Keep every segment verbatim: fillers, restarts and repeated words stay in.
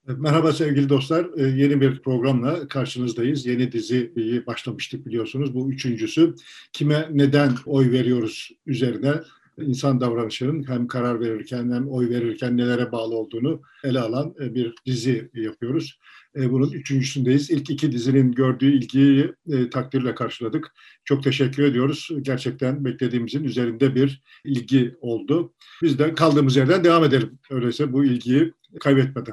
Merhaba sevgili dostlar. Yeni bir programla karşınızdayız. Yeni diziyi başlamıştık biliyorsunuz. Bu üçüncüsü. Kime neden oy veriyoruz üzerine insan davranışının hem karar verirken hem oy verirken nelere bağlı olduğunu ele alan bir dizi yapıyoruz. Bunun üçüncüsündeyiz. İlk iki dizinin gördüğü ilgiyi takdirle karşıladık. Çok teşekkür ediyoruz. Gerçekten beklediğimizin üzerinde bir ilgi oldu. Biz de kaldığımız yerden devam edelim. Öyleyse bu ilgiyi kaybetmeden.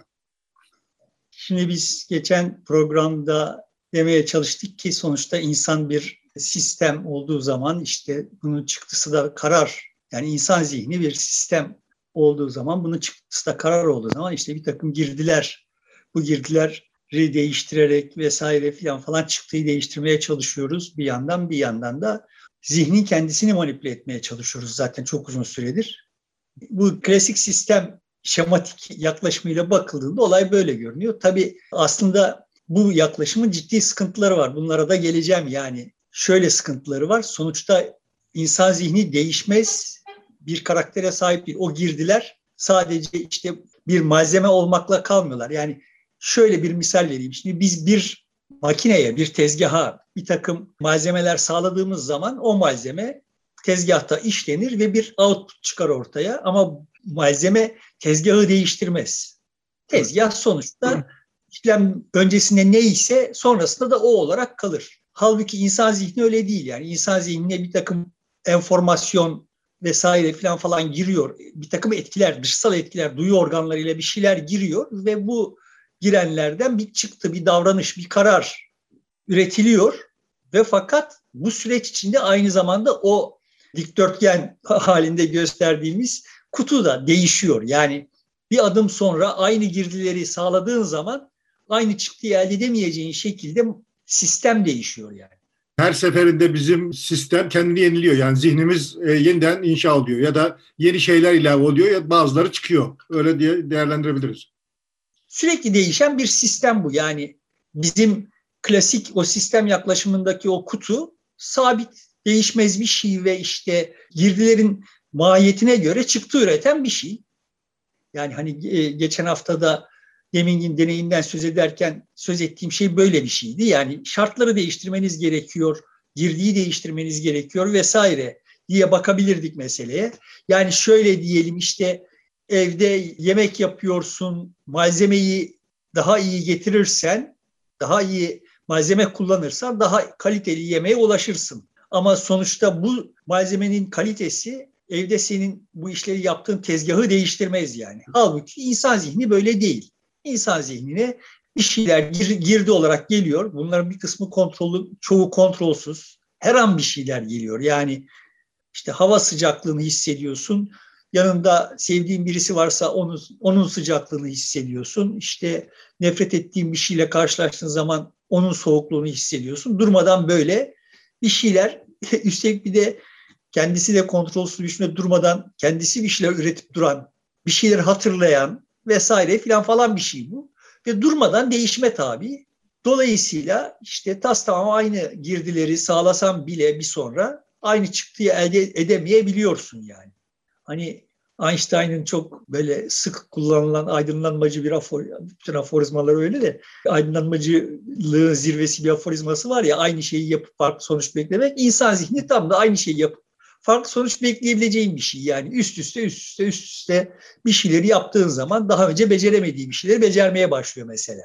Şimdi biz geçen programda demeye çalıştık ki sonuçta insan bir sistem olduğu zaman işte bunun çıktısı da karar. Yani insan zihni bir sistem olduğu zaman bunun çıktısı da karar olduğu zaman işte bir takım girdiler, bu girdileri değiştirerek vesaire filan falan çıktıyı değiştirmeye çalışıyoruz. Bir yandan bir yandan da zihnin kendisini manipüle etmeye çalışıyoruz zaten çok uzun süredir. Bu klasik sistem şematik yaklaşımıyla bakıldığında olay böyle görünüyor. Tabii aslında bu yaklaşımın ciddi sıkıntıları var. Bunlara da geleceğim yani. Şöyle sıkıntıları var. Sonuçta insan zihni değişmez bir karaktere sahip değil. O girdiler sadece işte bir malzeme olmakla kalmıyorlar. Yani şöyle bir misal vereyim. Şimdi biz bir makineye, bir tezgaha bir takım malzemeler sağladığımız zaman o malzeme tezgahta işlenir ve bir output çıkar ortaya. Ama malzeme tezgahı değiştirmez. Tezgah sonuçta işlem öncesinde neyse sonrasında da o olarak kalır. Halbuki insan zihni öyle değil. Yani insan zihnine bir takım enformasyon vesaire falan falan giriyor. Bir takım etkiler, dışsal etkiler, duyu organlarıyla bir şeyler giriyor ve bu girenlerden bir çıktı, bir davranış, bir karar üretiliyor ve fakat bu süreç içinde aynı zamanda o dikdörtgen halinde gösterdiğimiz kutu da değişiyor. Yani bir adım sonra aynı girdileri sağladığın zaman aynı çıktıyı elde edemeyeceğin şekilde sistem değişiyor yani. Her seferinde bizim sistem kendini yeniliyor. Yani zihnimiz e, yeniden inşa oluyor ya da yeni şeyler ilave oluyor ya bazıları çıkıyor. Öyle diye değerlendirebiliriz. Sürekli değişen bir sistem bu. Yani bizim klasik o sistem yaklaşımındaki o kutu sabit, değişmez bir şey ve işte girdilerin mahiyetine göre çıktı üreten bir şey. Yani hani e, geçen haftada Deming'in deneyinden söz ederken söz ettiğim şey böyle bir şeydi. Yani şartları değiştirmeniz gerekiyor, girdiği değiştirmeniz gerekiyor vesaire diye bakabilirdik meseleye. Yani şöyle diyelim işte evde yemek yapıyorsun, malzemeyi daha iyi getirirsen, daha iyi malzeme kullanırsan daha kaliteli yemeğe ulaşırsın. Ama sonuçta bu malzemenin kalitesi evde senin bu işleri yaptığın tezgahı değiştirmez yani. Halbuki insan zihni böyle değil. İnsan zihnine bir şeyler gir, girdi olarak geliyor. Bunların bir kısmı kontrollü, çoğu kontrolsüz. Her an bir şeyler geliyor. Yani işte hava sıcaklığını hissediyorsun. Yanında sevdiğin birisi varsa onun, onun sıcaklığını hissediyorsun. İşte nefret ettiğin bir şeyle karşılaştığın zaman onun soğukluğunu hissediyorsun. Durmadan böyle bir şeyler, üstelik bir de kendisi de kontrolsüz bir şekilde durmadan kendisi bir şeyler üretip duran, bir şeyleri hatırlayan vesaire filan falan bir şey bu. Ve durmadan değişime tabi. Dolayısıyla işte tas tamam aynı girdileri sağlasan bile bir sonra aynı çıktıyı elde edemeyebiliyorsun yani. Hani Einstein'ın çok böyle sık kullanılan aydınlanmacı bir afor, bütün aforizmaları öyle de aydınlanmacılığın zirvesi bir aforizması var ya, aynı şeyi yapıp farklı sonuç beklemek. İnsan zihni tam da aynı şeyi yapıp farklı sonuç bekleyebileceğin bir şey. Yani üst üste üst üste üst üste bir şeyleri yaptığın zaman daha önce beceremediği bir şeyleri becermeye başlıyor mesela.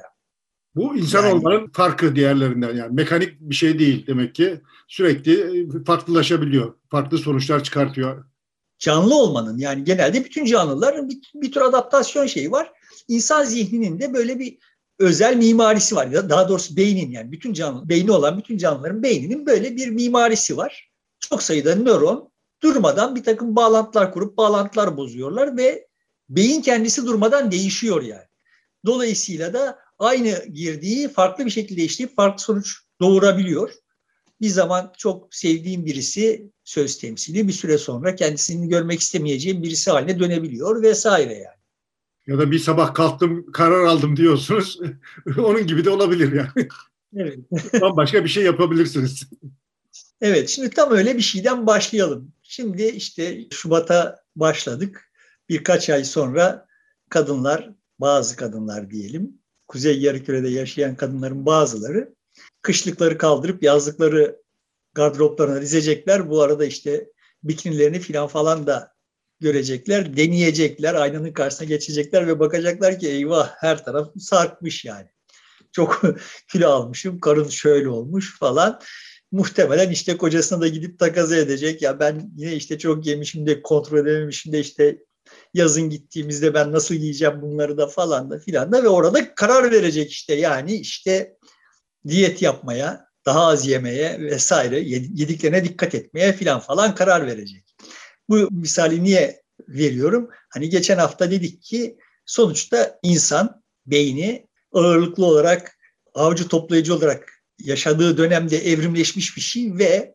Bu insan yani, olmanın farkı diğerlerinden, yani mekanik bir şey değil demek ki, sürekli farklılaşabiliyor, farklı sonuçlar çıkartıyor. Canlı olmanın, yani genelde bütün canlıların bir, bir tür adaptasyon şeyi var. İnsan zihninin de böyle bir özel mimarisi var. Daha doğrusu beynin, yani bütün canlı, beyni olan bütün canlıların beyninin böyle bir mimarisi var. Çok sayıda nöron durmadan bir takım bağlantılar kurup bağlantılar bozuyorlar ve beyin kendisi durmadan değişiyor yani. Dolayısıyla da aynı girdiği farklı bir şekilde işleyip farklı sonuç doğurabiliyor. Bir zaman çok sevdiğim birisi söz temsili bir süre sonra kendisini görmek istemeyeceğim birisi haline dönebiliyor vesaire yani. Ya da bir sabah kalktım karar aldım diyorsunuz. Onun gibi de olabilir yani. Evet. Bambaşka bir şey yapabilirsiniz. Evet, şimdi tam öyle bir şeyden başlayalım. Şimdi işte Şubat'a başladık. Birkaç ay sonra kadınlar bazı kadınlar diyelim, Kuzey Yarımküre'de yaşayan kadınların bazıları kışlıkları kaldırıp yazlıkları gardıroplarına dizecekler. Bu arada işte bikinilerini falan falan da görecekler, deneyecekler, aynanın karşısına geçecekler ve bakacaklar ki eyvah her taraf sarkmış yani. Çok kilo almışım, karın şöyle olmuş falan. Muhtemelen işte kocasına da gidip takaza edecek. Ya ben yine işte çok yemişim de kontrol edememişim de işte yazın gittiğimizde ben nasıl yiyeceğim bunları da falan da filan da ve orada karar verecek işte yani işte diyet yapmaya, daha az yemeye vesaire yediklerine dikkat etmeye filan falan karar verecek. Bu misali niye veriyorum? Hani geçen hafta dedik ki sonuçta insan beyni ağırlıklı olarak avcı toplayıcı olarak yaşadığı dönemde evrimleşmiş bir şey ve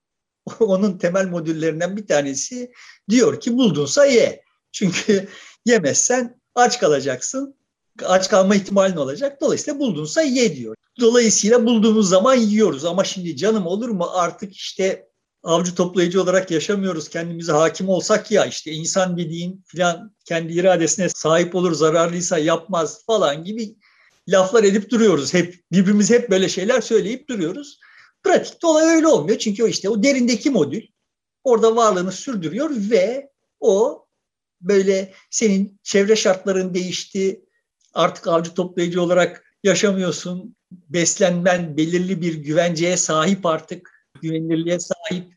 onun temel modüllerinden bir tanesi diyor ki buldunsa ye. Çünkü yemezsen aç kalacaksın. Aç kalma ihtimalin olacak. Dolayısıyla buldunsa ye diyor. Dolayısıyla bulduğumuz zaman yiyoruz. Ama şimdi canım olur mu artık işte avcı toplayıcı olarak yaşamıyoruz. Kendimize hakim olsak ya işte insan dediğin filan kendi iradesine sahip olur, zararlıysa yapmaz falan gibi laflar edip duruyoruz. Hep birbirimize hep böyle şeyler söyleyip duruyoruz. Pratikte olay öyle olmuyor. Çünkü o işte o derindeki modül orada varlığını sürdürüyor ve o böyle senin çevre şartların değişti. Artık avcı toplayıcı olarak yaşamıyorsun. Beslenmen belirli bir güvenceye sahip artık. Güvenilirliğe sahip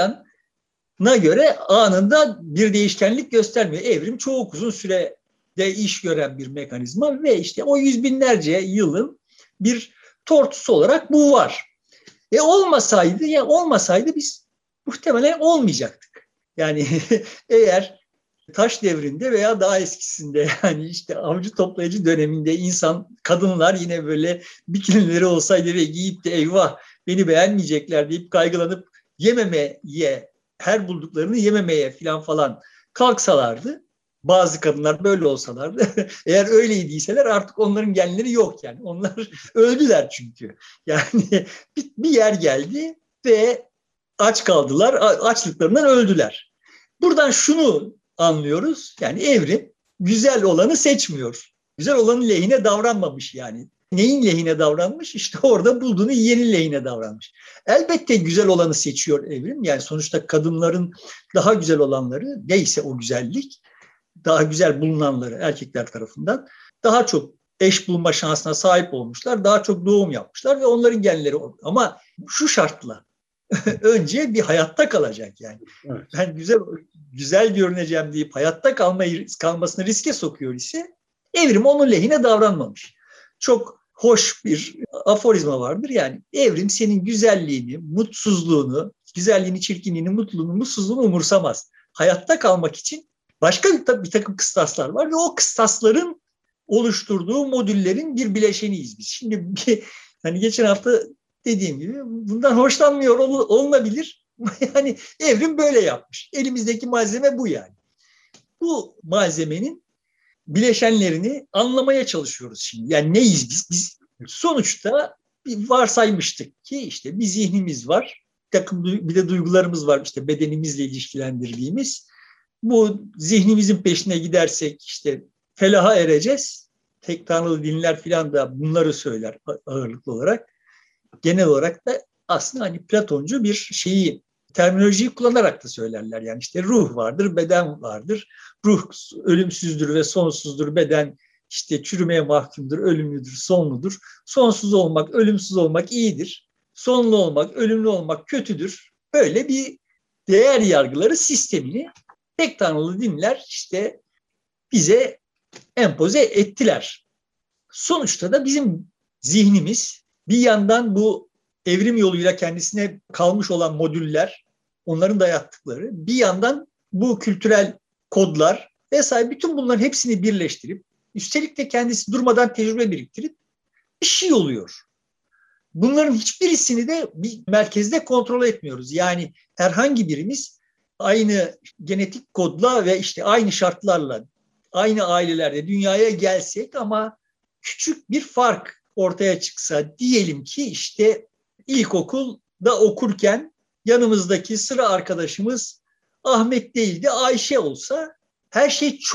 filanına göre anında bir değişkenlik göstermiyor. Evrim çok uzun sürede iş gören bir mekanizma ve işte o yüz binlerce yılın bir tortusu olarak bu var. E olmasaydı ya olmasaydı biz muhtemelen olmayacaktık. Yani eğer taş devrinde veya daha eskisinde yani işte avcı toplayıcı döneminde insan kadınlar yine böyle bikinileri olsaydı ve giyip de eyvah beni beğenmeyecekler deyip kaygılanıp yememeye her bulduklarını yememeye falan falan kalksalardı bazı kadınlar böyle olsalardı eğer öyleydiyseler artık onların genleri yok yani onlar öldüler çünkü yani bir yer geldi ve aç kaldılar açlıklarından öldüler. Buradan şunu anlıyoruz. Yani evrim güzel olanı seçmiyor. Güzel olanın lehine davranmamış yani. Neyin lehine davranmış? İşte orada bulduğunu yiyenin lehine davranmış. Elbette güzel olanı seçiyor evrim. Yani sonuçta kadınların daha güzel olanları neyse o güzellik, daha güzel bulunanları erkekler tarafından daha çok eş bulma şansına sahip olmuşlar. Daha çok doğum yapmışlar ve onların genleri ama şu şartla önce bir hayatta kalacak yani. Evet. Ben güzel güzel görüneceğim deyip hayatta kalmayı kalmasını riske sokuyor ise evrim onun lehine davranmamış. Çok hoş bir aforizma vardır yani evrim senin güzelliğini, mutsuzluğunu, güzelliğini, çirkinliğini, mutluluğunu, mutsuzluğunu umursamaz. Hayatta kalmak için başka bir, bir takım kıstaslar var ve o kıstasların oluşturduğu modüllerin bir bileşeniyiz biz. Şimdi bir, hani geçen hafta dediğim gibi bundan hoşlanmıyor olunabilir. Yani evrim böyle yapmış. Elimizdeki malzeme bu yani. Bu malzemenin bileşenlerini anlamaya çalışıyoruz şimdi. Yani neyiz biz? Biz sonuçta bir varsaymıştık ki işte bir zihnimiz var. Bir takım bir de duygularımız var işte bedenimizle ilişkilendirdiğimiz. Bu zihnimizin peşine gidersek işte felaha ereceğiz. Tek tanrılı dinler filan da bunları söyler ağırlıklı olarak. Genel olarak da aslında hani Platoncu bir şeyi terminolojiyi kullanarak da söylerler. Yani işte ruh vardır, beden vardır. Ruh ölümsüzdür ve sonsuzdur. Beden işte çürümeye mahkumdur, ölümlüdür, sonludur. Sonsuz olmak, ölümsüz olmak iyidir. Sonlu olmak, ölümlü olmak kötüdür. Böyle bir değer yargıları sistemini tek tanrılı dinler işte bize empoze ettiler. Sonuçta da bizim zihnimiz bir yandan bu evrim yoluyla kendisine kalmış olan modüller, onların dayattıkları, bir yandan bu kültürel kodlar vesaire bütün bunların hepsini birleştirip, üstelik de kendisi durmadan tecrübe biriktirip bir şey oluyor. Bunların hiçbirisini de bir merkezde kontrol etmiyoruz. Yani herhangi birimiz aynı genetik kodla ve işte aynı şartlarla, aynı ailelerde dünyaya gelsek ama küçük bir fark ortaya çıksa diyelim ki işte ilkokulda okurken yanımızdaki sıra arkadaşımız Ahmet değil de Ayşe olsa her şey çok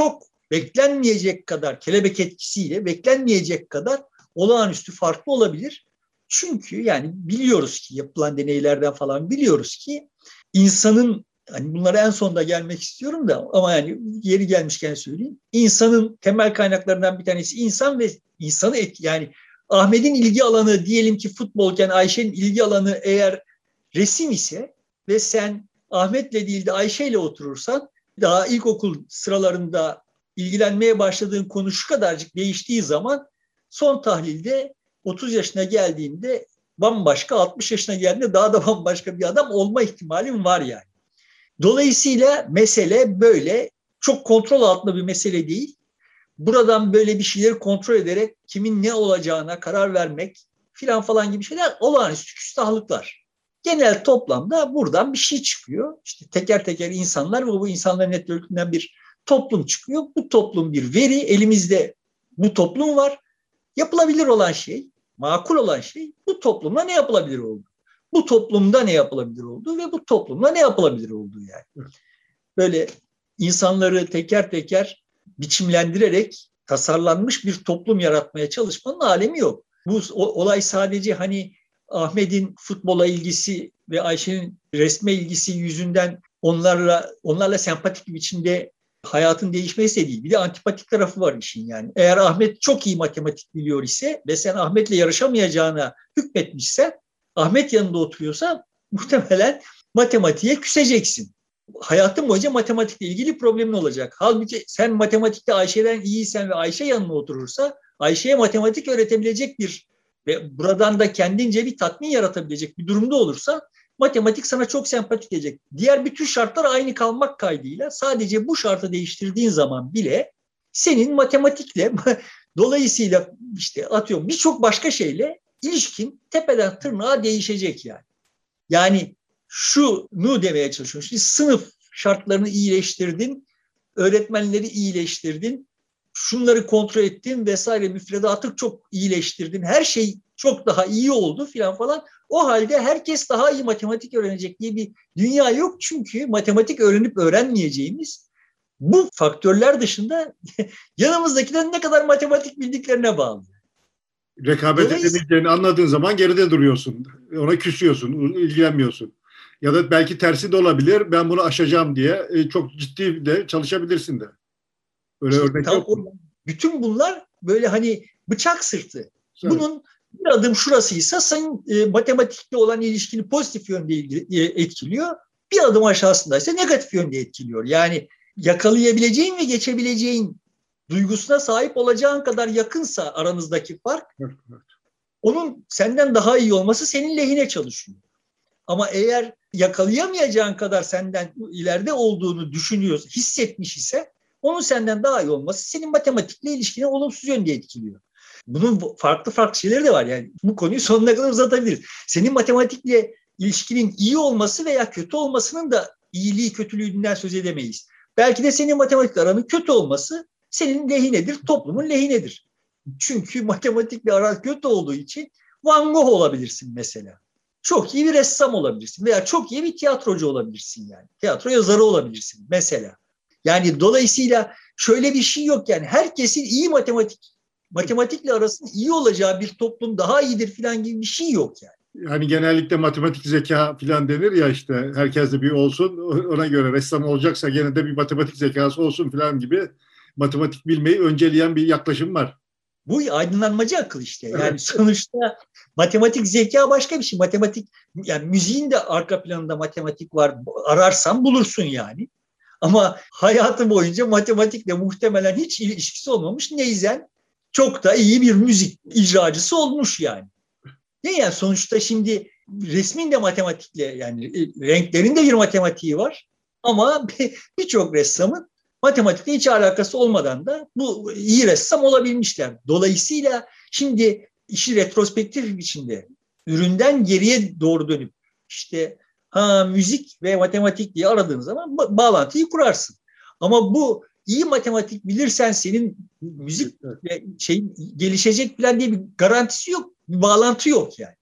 beklenmeyecek kadar, kelebek etkisiyle beklenmeyecek kadar olağanüstü farklı olabilir. Çünkü yani biliyoruz ki, yapılan deneylerden falan biliyoruz ki insanın, hani bunlara en sonda gelmek istiyorum da ama yani yeri gelmişken söyleyeyim. İnsanın temel kaynaklarından bir tanesi insan ve insanı etki, yani Ahmet'in ilgi alanı diyelim ki futbolken Ayşe'nin ilgi alanı eğer resim ise ve sen Ahmet'le değil de Ayşe'yle oturursan, daha ilkokul sıralarında ilgilenmeye başladığın konu şu kadarcık değiştiği zaman son tahlilde otuz yaşına geldiğinde bambaşka, altmış yaşına geldiğinde daha da bambaşka bir adam olma ihtimalin var yani. Dolayısıyla mesele böyle çok kontrol altında bir mesele değil. Buradan böyle bir şeyleri kontrol ederek kimin ne olacağına karar vermek filan falan gibi şeyler olağanüstü küstahlıklar. Genel toplamda buradan bir şey çıkıyor. İşte teker teker insanlar ve bu insanların network'ünden bir toplum çıkıyor. Bu toplum bir veri. Elimizde bu toplum var. Yapılabilir olan şey, makul olan şey bu toplumda ne yapılabilir oldu? Bu toplumda ne yapılabilir oldu ve bu toplumda ne yapılabilir oldu yani. Böyle insanları teker teker biçimlendirerek tasarlanmış bir toplum yaratmaya çalışmanın alemi yok. Bu olay sadece hani Ahmet'in futbola ilgisi ve Ayşe'nin resme ilgisi yüzünden onlarla onlarla sempatik bir biçimde hayatın değişmesi de değil. Bir de antipatik tarafı var işin yani. Eğer Ahmet çok iyi matematik biliyor ise ve sen Ahmet'le yarışamayacağına hükmetmişsen, Ahmet yanında oturuyorsa muhtemelen matematiğe küseceksin. Hayatın boyunca matematikle ilgili problemin olacak. Halbuki sen matematikte Ayşe'den iyiysen ve Ayşe yanına oturursa, Ayşe'ye matematik öğretebilecek bir ve buradan da kendince bir tatmin yaratabilecek bir durumda olursa, matematik sana çok sempatik gelecek. Diğer bütün şartlar aynı kalmak kaydıyla sadece bu şartı değiştirdiğin zaman bile senin matematikle dolayısıyla işte atıyorum birçok başka şeyle ilişkin tepeden tırnağa değişecek yani. Yani şunu demeye çalışıyorum. Şimdi sınıf şartlarını iyileştirdin, öğretmenleri iyileştirdin, şunları kontrol ettin vesaire, müfredatı çok iyileştirdin, her şey çok daha iyi oldu filan falan. O halde herkes daha iyi matematik öğrenecek diye bir dünya yok. Çünkü matematik öğrenip öğrenmeyeceğimiz bu faktörler dışında yanımızdakilerin ne kadar matematik bildiklerine bağlı. Rekabet edemeyeceğini anladığın zaman geride duruyorsun. Ona küsüyorsun, ilgilenmiyorsun. Ya da belki tersi de olabilir. Ben bunu aşacağım diye çok ciddi de çalışabilirsin de. Öyle işte örnek yok mu? Bütün bunlar böyle hani bıçak sırtı. Evet. Bunun bir adım şurasıysa senin e, matematikle olan ilişkini pozitif yönde ilgili, e, etkiliyor. Bir adım aşağısındaysa negatif yönde etkiliyor. Yani yakalayabileceğin ve geçebileceğin duygusuna sahip olacağın kadar yakınsa aranızdaki fark, evet, evet, onun senden daha iyi olması senin lehine çalışıyor. Ama eğer yakalayamayacağın kadar senden ileride olduğunu düşünüyorsa, hissetmiş ise, onun senden daha iyi olması senin matematikle ilişkini olumsuz yönde etkiliyor. Bunun farklı farklı şeyleri de var. Yani bu konuyu sonuna kadar uzatabiliriz. Senin matematikle ilişkinin iyi olması veya kötü olmasının da iyiliği kötülüğünden söz edemeyiz. Belki de senin matematikle aranın kötü olması senin lehinedir, toplumun lehinedir. Çünkü matematikle aran kötü olduğu için Van Gogh olabilirsin mesela. Çok iyi bir ressam olabilirsin veya çok iyi bir tiyatrocu olabilirsin yani. Tiyatro yazarı olabilirsin mesela. Yani dolayısıyla şöyle bir şey yok yani. Herkesin iyi matematik, matematikle arasının iyi olacağı bir toplum daha iyidir falan gibi bir şey yok yani. Yani genellikle matematik zeka falan denir ya, işte herkes de bir olsun, ona göre ressam olacaksa gene de bir matematik zekası olsun falan gibi matematik bilmeyi önceleyen bir yaklaşım var. Bu aydınlanmacı akıl işte. Yani evet. Sonuçta matematik zeka başka bir şey. Matematik, yani müziğin de arka planında matematik var. Ararsan bulursun yani. Ama hayatı boyunca matematikle muhtemelen hiç ilişkisi olmamış Neyzen çok da iyi bir müzik icracısı olmuş yani. Ne yani sonuçta şimdi resmin de matematikle, yani renklerin de bir matematiği var. Ama birçok ressamın matematikle hiç alakası olmadan da bu iyi ressam olabilmişler. Dolayısıyla şimdi işi retrospektif biçimde üründen geriye doğru dönüp işte ha müzik ve matematik diye aradığın zaman ba- bağlantıyı kurarsın. Ama bu iyi matematik bilirsen senin müzik ve şey gelişecek falan diye bir garantisi yok, bir bağlantı yok yani.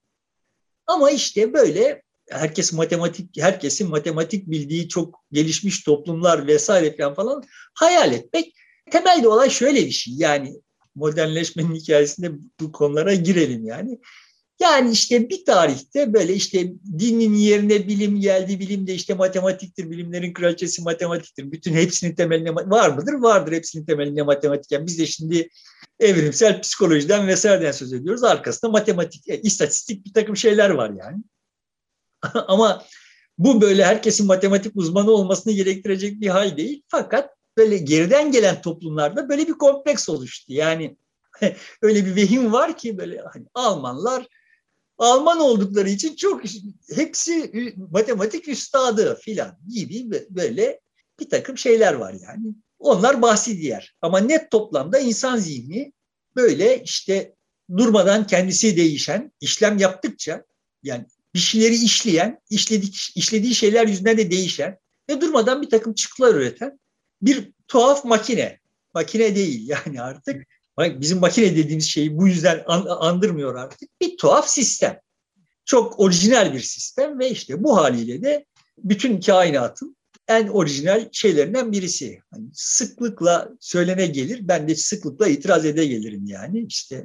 Ama işte böyle herkes matematik, herkesin matematik bildiği çok gelişmiş toplumlar vesaire falan falan hayal etmek Temelde olay şöyle bir şey. Yani modernleşmenin hikayesinde bu konulara girelim yani. Yani işte bir tarihte böyle işte dinin yerine bilim geldi. Bilim de işte matematiktir. Bilimlerin kraliçesi matematiktir. Bütün hepsinin temelinde var mıdır? Vardır hepsinin temelinde matematik. Yani biz de şimdi evrimsel psikolojiden vesaireden söz ediyoruz. Arkasında matematik, e, istatistik bir takım şeyler var yani. Ama bu böyle herkesin matematik uzmanı olmasını gerektirecek bir hal değil. Fakat böyle geriden gelen toplumlarda böyle bir kompleks oluştu. Yani öyle bir vehim var ki böyle hani Almanlar Alman oldukları için çok hepsi matematik üstadı filan gibi böyle bir takım şeyler var yani. Onlar bahsi diğer. Ama net toplamda insan zihni böyle işte durmadan kendisi değişen, işlem yaptıkça yani bir şeyleri işleyen, işledik, işlediği şeyler yüzünden de değişen ve durmadan bir takım çıktılar üreten bir tuhaf makine. Makine değil yani artık. Bizim makine dediğimiz şeyi bu yüzden andırmıyor artık. Bir tuhaf sistem. Çok orijinal bir sistem ve işte bu haliyle de bütün kainatın en orijinal şeylerinden birisi. Yani sıklıkla söylene gelir, ben de sıklıkla itiraz ede gelirim yani. İşte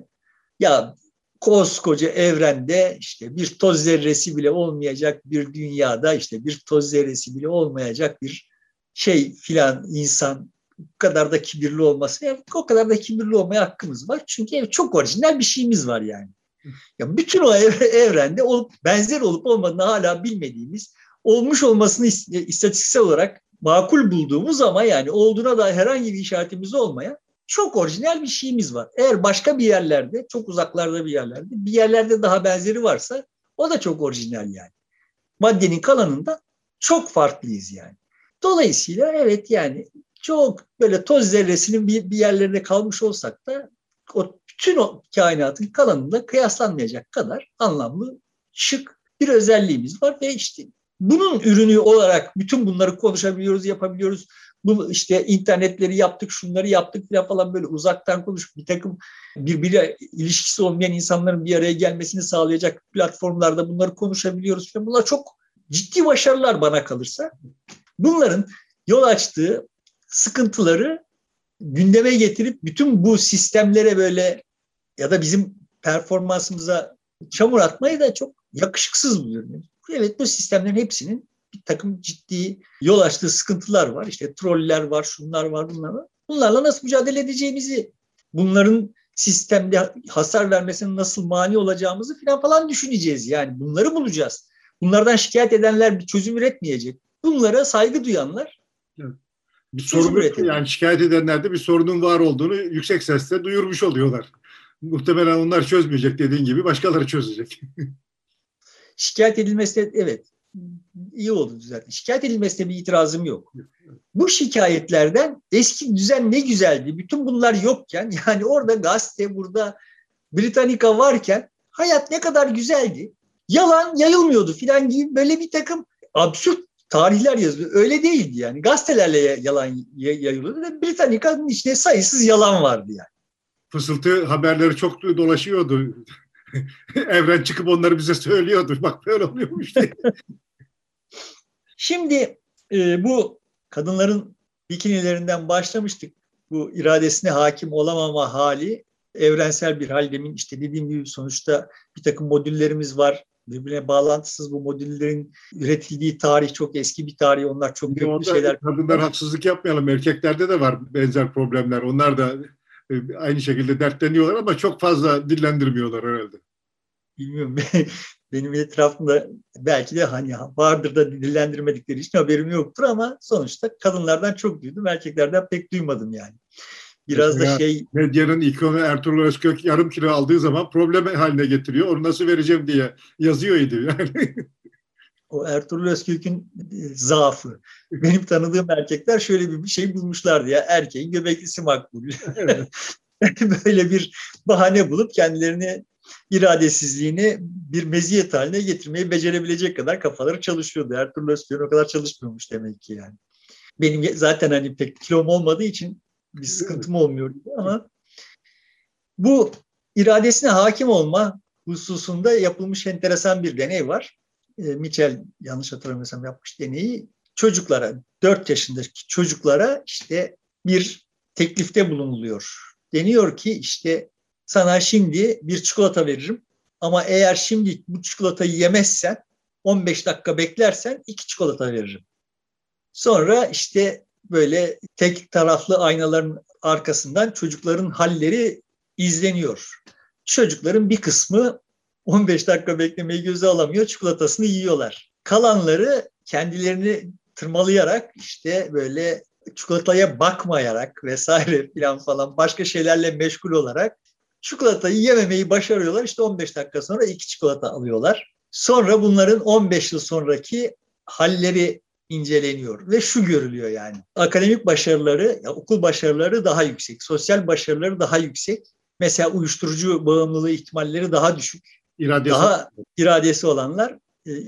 ya koskoca evrende işte bir toz zerresi bile olmayacak bir dünyada işte bir toz zerresi bile olmayacak bir şey filan insan bu kadar da kibirli olması, yani o kadar da kibirli olmaya hakkımız var. Çünkü çok orijinal bir şeyimiz var yani. Ya bütün o evrende olup benzer olup olmadığını hala bilmediğimiz, olmuş olmasını istatistiksel olarak makul bulduğumuz ama yani olduğuna dair herhangi bir işaretimiz olmayan çok orijinal bir şeyimiz var. Eğer başka bir yerlerde, çok uzaklarda bir yerlerde, bir yerlerde daha benzeri varsa o da çok orijinal yani. Maddenin kalanında çok farklıyız yani. Dolayısıyla evet yani çok böyle toz zerresinin bir, bir yerlerinde kalmış olsak da o bütün o kainatın kalanında kıyaslanmayacak kadar anlamlı, şık bir özelliğimiz var ve işte bunun ürünü olarak bütün bunları konuşabiliyoruz, yapabiliyoruz. Bu işte internetleri yaptık, şunları yaptık falan falan böyle uzaktan konuşup bir takım birbiriyle ilişkisi olmayan insanların bir araya gelmesini sağlayacak platformlarda bunları konuşabiliyoruz falan. Bunlar çok ciddi başarılar bana kalırsa. Bunların yol açtığı sıkıntıları gündeme getirip bütün bu sistemlere böyle ya da bizim performansımıza çamur atmayı da çok yakışıksız buluyorum. Evet, bu sistemlerin hepsinin bir takım ciddi yol açtığı sıkıntılar var. İşte troller var, şunlar var, bunlar var. Bunlarla nasıl mücadele edeceğimizi, bunların sistemde hasar vermesine nasıl mani olacağımızı falan falan düşüneceğiz. Yani bunları bulacağız. Bunlardan şikayet edenler bir çözüm üretmeyecek. Bunlara saygı duyanlar bir sorun, yani şikayet edenler de bir sorunun var olduğunu yüksek sesle duyurmuş oluyorlar. Muhtemelen onlar çözmeyecek, dediğin gibi başkaları çözecek. Şikayet edilmesi de evet iyi oldu zaten. Şikayet edilmesine bir itirazım yok. Bu şikayetlerden eski düzen ne güzeldi. Bütün bunlar yokken yani orada gazete, burada Britannica varken hayat ne kadar güzeldi. Yalan yayılmıyordu filan gibi böyle bir takım absürt tarihler yazılıyor. Öyle değildi yani. Gazetelerle yalan yayılıyordu ve Britannica'nın içinde sayısız yalan vardı yani. Fısıltı haberleri çok dolaşıyordu. Evren çıkıp onları bize söylüyordu. Bak böyle oluyormuş diye. Şimdi e, bu kadınların bikinilerinden başlamıştık. Bu iradesine hakim olamama hali evrensel bir hal. Demin işte dediğim gibi sonuçta bir takım modüllerimiz var. Birbirine bağlantısız bu modüllerin üretildiği tarih çok eski bir tarih. Onlar çok köklü şeyler. Kadınlar haksızlık yapmayalım. Erkeklerde de var benzer problemler. Onlar da aynı şekilde dertleniyorlar ama çok fazla dillendirmiyorlar herhalde. Bilmiyorum. Benim etrafımda belki de hani vardır da dillendirmedikleri için haberim yoktur ama sonuçta kadınlardan çok duydum. Erkeklerden pek duymadım yani. Biraz mesela da şey... Medyanın ikonu Ertuğrul Özkök yarım kilo aldığı zaman problem haline getiriyor. Onu nasıl vereceğim diye yazıyordu yani. O Ertuğrul Özkök'ün zaafı. Benim tanıdığım erkekler şöyle bir şey bulmuşlardı ya. Erkeğin göbeklisi makbul. Evet. Böyle bir bahane bulup kendilerini iradesizliğini bir meziyet haline getirmeyi becerebilecek kadar kafaları çalışıyordu. Ertuğrul Özkök'ün o kadar çalışmıyormuş demek ki yani. Benim zaten hani pek kilom olmadığı için bir sıkıntım olmuyor ama bu iradesine hakim olma hususunda yapılmış enteresan bir deney var. E, Mitchell yanlış hatırlamıyorsam yapmış deneyi. Çocuklara, dört yaşındaki çocuklara işte bir teklifte bulunuluyor. Deniyor ki işte sana şimdi bir çikolata veririm ama eğer şimdi bu çikolatayı yemezsen, on beş dakika beklersen iki çikolata veririm. Sonra işte böyle tek taraflı aynaların arkasından çocukların halleri izleniyor. Çocukların bir kısmı on beş dakika beklemeyi göze alamıyor, çikolatasını yiyorlar. Kalanları kendilerini tırmalayarak işte böyle çikolataya bakmayarak vesaire falan falan başka şeylerle meşgul olarak çikolatayı yememeyi başarıyorlar. İşte on beş dakika sonra iki çikolata alıyorlar. Sonra bunların on beş yıl sonraki halleri inceleniyor ve şu görülüyor yani. Akademik başarıları, ya okul başarıları daha yüksek, sosyal başarıları daha yüksek. Mesela uyuşturucu bağımlılığı ihtimalleri daha düşük. İradesi. Daha iradesi olanlar,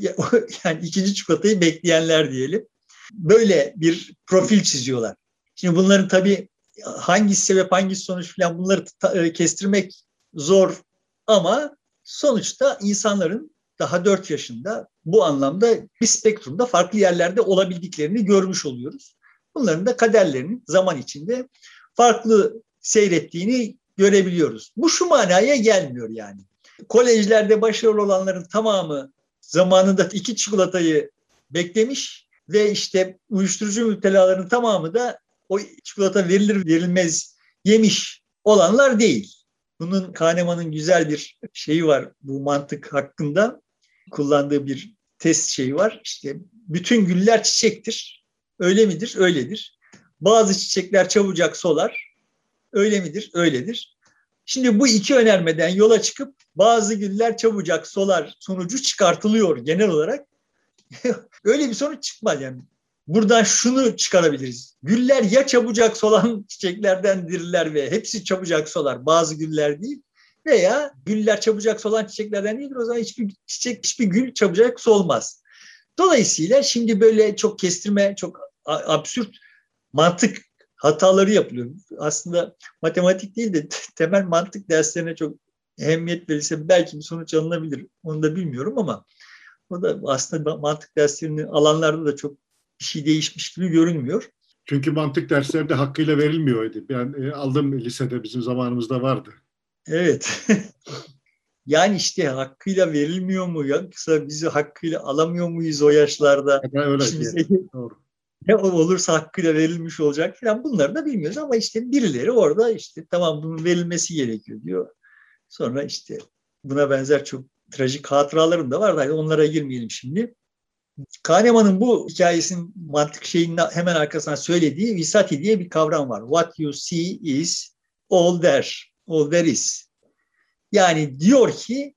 yani ikinci çikolatayı bekleyenler diyelim. Böyle bir profil çiziyorlar. Şimdi bunların tabii hangisi sebep, hangisi sonuç falan bunları kestirmek zor ama sonuçta insanların daha dört yaşında bu anlamda bir spektrumda farklı yerlerde olabildiklerini görmüş oluyoruz. Bunların da kaderlerinin zaman içinde farklı seyrettiğini görebiliyoruz. Bu şu manaya gelmiyor yani. Kolejlerde başarılı olanların tamamı zamanında iki çikolatayı beklemiş ve işte uyuşturucu müptelaların tamamı da o çikolata verilir verilmez yemiş olanlar değil. Bunun Kahneman'ın güzel bir şeyi var bu mantık hakkında. Kullandığı bir test şeyi var. İşte bütün güller çiçektir. Öyle midir? Öyledir. Bazı çiçekler çabucak solar. Öyle midir? Öyledir. Şimdi bu iki önermeden yola çıkıp bazı güller çabucak solar sonucu çıkartılıyor genel olarak. Öyle bir sonuç çıkmaz yani. Buradan şunu çıkarabiliriz. Güller ya çabucak solan çiçeklerdendirler ve hepsi çabucak solar. Bazı güller değil. Veya güller çabucak solan çiçeklerden değildir. O zaman hiçbir çiçek, hiçbir gül çabucak solmaz. Dolayısıyla şimdi böyle çok kestirme, çok absürt mantık hataları yapılıyor. Aslında matematik değil de temel mantık derslerine çok ehemmiyet verilse belki bir sonuç alınabilir. Onu da bilmiyorum ama o da aslında mantık derslerinin alanlarda da çok bir şey değişmiş gibi görünmüyor. Çünkü mantık derslerde hakkıyla verilmiyordu. Ben e, aldım lisede, bizim zamanımızda vardı. Evet. Yani işte hakkıyla verilmiyor mu? Yoksa bizi hakkıyla alamıyor muyuz o yaşlarda? Ya öyle İşimize doğru. ne olursa hakkıyla verilmiş olacak falan bunları da bilmiyoruz ama işte birileri orada işte tamam bunun verilmesi gerekiyor diyor. Sonra işte buna benzer çok trajik hatıralarım da var da onlara girmeyelim şimdi. Kahneman'ın bu hikayesinin mantık şeyinin hemen arkasından söylediği visati diye bir kavram var. What you see is all there, all there is. Yani diyor ki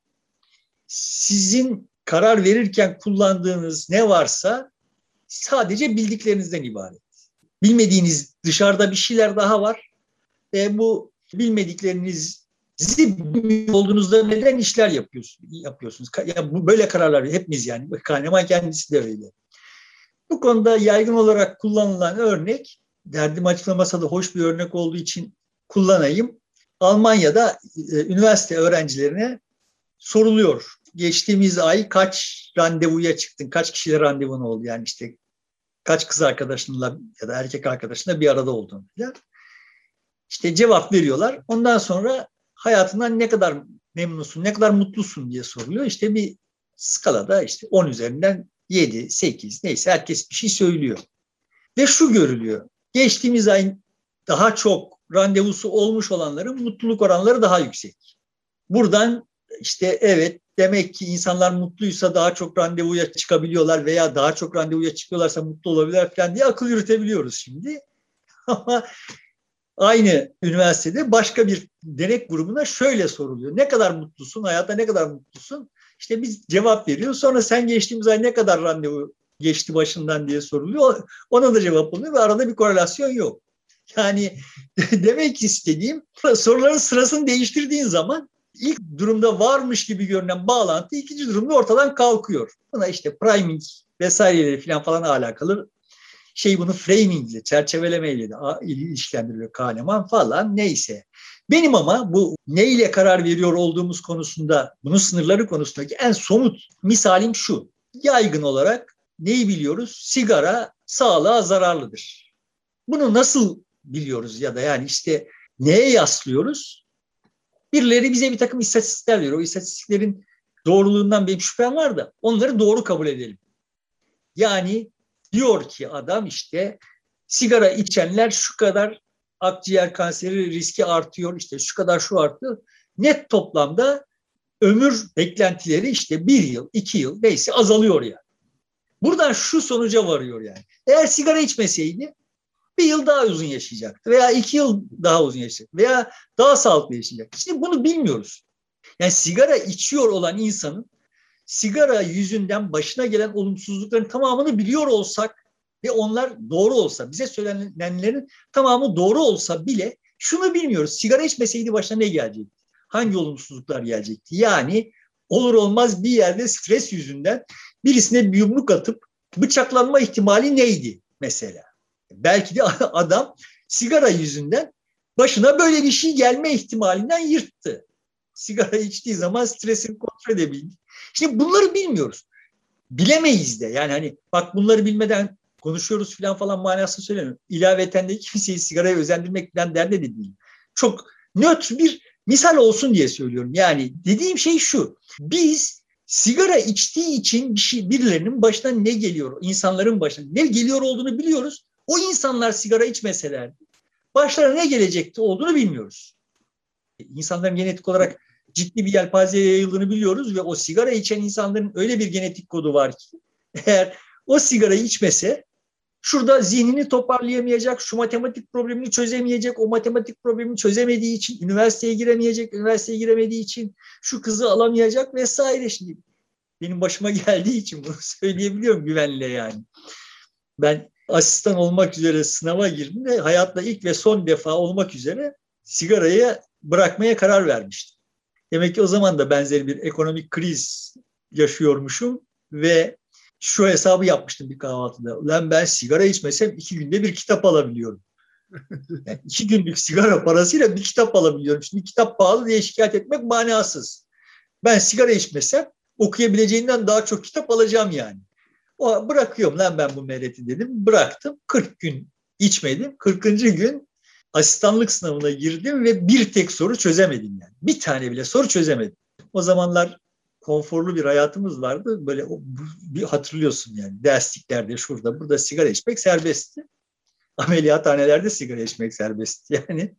sizin karar verirken kullandığınız ne varsa sadece bildiklerinizden ibaret. Bilmediğiniz dışarıda bir şeyler daha var ve bu bilmediklerinizi olduğunuzda neden işler yapıyorsunuz? yapıyorsunuz. Ya bu böyle kararlar hepimiz yani. Kahneman kendisi de öyle. Bu konuda yaygın olarak kullanılan örnek, derdim açıklamasa da hoş bir örnek olduğu için kullanayım. Almanya'da e, üniversite öğrencilerine soruluyor. Geçtiğimiz ay kaç randevuya çıktın? Kaç kişiyle randevun oldu? Yani işte kaç kız arkadaşınla ya da erkek arkadaşınla bir arada oldun falan. İşte cevap veriyorlar. Ondan sonra hayatından ne kadar memnunsun, ne kadar mutlusun diye soruluyor. İşte bir skalada işte on üzerinden yedi, sekiz neyse herkes bir şey söylüyor. Ve şu görülüyor. Geçtiğimiz ay daha çok randevusu olmuş olanların mutluluk oranları daha yüksek. Buradan işte evet demek ki insanlar mutluysa daha çok randevuya çıkabiliyorlar veya daha çok randevuya çıkıyorlarsa mutlu olabilirler falan diye akıl yürütebiliyoruz şimdi. Ama aynı üniversitede başka bir denek grubuna şöyle soruluyor. Ne kadar mutlusun? Hayatta ne kadar mutlusun? İşte biz cevap veriyor. Sonra sen geçtiğimiz ay ne kadar randevu geçti başından diye soruluyor. Ona da cevap oluyor ve arada bir korelasyon yok. Yani demek istediğim soruların sırasını değiştirdiğin zaman ilk durumda varmış gibi görünen bağlantı ikinci durumda ortadan kalkıyor. Buna işte priming vesaireleri falan falan alakalı şey bunu framing ile, çerçevelemeyle de ilişkilendiriyor Kahneman falan neyse. Benim ama bu neyle karar veriyor olduğumuz konusunda, bunun sınırları konusundaki en somut misalim şu. Yaygın olarak neyi biliyoruz? Sigara sağlığa zararlıdır. Bunu nasıl biliyoruz ya da yani işte neye yaslıyoruz? Birileri bize bir takım istatistikler veriyor. O istatistiklerin doğruluğundan benim şüphem var da onları doğru kabul edelim. Yani diyor ki adam işte sigara içenler şu kadar akciğer kanseri riski artıyor, işte şu kadar şu artıyor. Net toplamda ömür beklentileri işte bir yıl, iki yıl neyse azalıyor yani. Buradan şu sonuca varıyor yani. Eğer sigara içmeseydi bir yıl daha uzun yaşayacaktı veya iki yıl daha uzun yaşayacaktı veya daha sağlıklı yaşayacaktı. Şimdi bunu bilmiyoruz. Yani sigara içiyor olan insanın sigara yüzünden başına gelen olumsuzlukların tamamını biliyor olsak ve onlar doğru olsa, bize söylenenlerin tamamı doğru olsa bile şunu bilmiyoruz. Sigara içmeseydi başına ne gelecekti? Hangi olumsuzluklar gelecekti? Yani olur olmaz bir yerde stres yüzünden birisine bir yumruk atıp bıçaklanma ihtimali neydi mesela? Belki de adam sigara yüzünden başına böyle bir şey gelme ihtimalinden yırttı. Sigara içtiği zaman stresini kontrol edebildi. Şimdi bunları bilmiyoruz. Bilemeyiz de. Yani hani bak bunları bilmeden konuşuyoruz falan falan manasını söylemiyorum. İlaveten de kimseyi sigaraya özendirmek falan derde de değil. Çok nötr bir misal olsun diye söylüyorum. Yani dediğim şey şu. Biz sigara içtiği için bir şey, birilerinin başına ne geliyor, insanların başına ne geliyor olduğunu biliyoruz. O insanlar sigara içmeselerdi başlarına ne gelecekti olduğunu bilmiyoruz. İnsanların genetik olarak ciddi bir yelpazeye yayıldığını biliyoruz ve o sigara içen insanların öyle bir genetik kodu var ki eğer o sigarayı içmese şurada zihnini toparlayamayacak, şu matematik problemini çözemeyecek, o matematik problemini çözemediği için üniversiteye giremeyecek, üniversiteye giremediği için şu kızı alamayacak vesaire. Şimdi benim başıma geldiği için bunu söyleyebiliyorum güvenle yani. Ben asistan olmak üzere sınava girdim ve hayatta ilk ve son defa olmak üzere sigarayı bırakmaya karar vermiştim. Demek ki o zaman da benzer bir ekonomik kriz yaşıyormuşum ve şu hesabı yapmıştım bir kahvaltıda. Ulan ben sigara içmesem iki günde bir kitap alabiliyorum. Yani iki günlük sigara parasıyla bir kitap alabiliyorum. Şimdi kitap pahalı diye şikayet etmek manasız. Ben sigara içmesem okuyabileceğinden daha çok kitap alacağım yani. O, bırakıyorum lan ben bu mereti dedim. Bıraktım. kırk gün içmedim. kırkıncı gün asistanlık sınavına girdim ve bir tek soru çözemedim yani. Bir tane bile soru çözemedim. O zamanlar konforlu bir hayatımız vardı. Böyle bir hatırlıyorsun yani. Dersliklerde şurada burada sigara içmek serbestti. Ameliyathanelerde sigara içmek serbestti yani.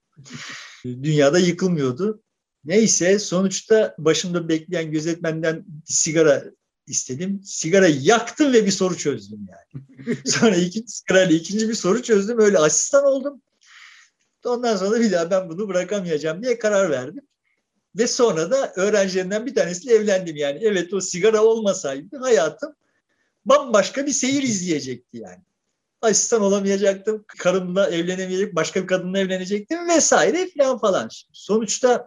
Dünyada yıkılmıyordu. Neyse sonuçta başımda bekleyen gözetmenden sigara istedim. Sigara yaktım ve bir soru çözdüm yani. Sonra ikinci sigarayla ikinci bir soru çözdüm. Öyle asistan oldum. Ondan sonra bir daha ben bunu bırakamayacağım diye karar verdim. Ve sonra da öğrencilerinden bir tanesiyle evlendim yani. Evet o sigara olmasaydı hayatım bambaşka bir seyir izleyecekti yani. Asistan olamayacaktım, karımla evlenemeyecek, başka bir kadınla evlenecektim vesaire falan falan. Sonuçta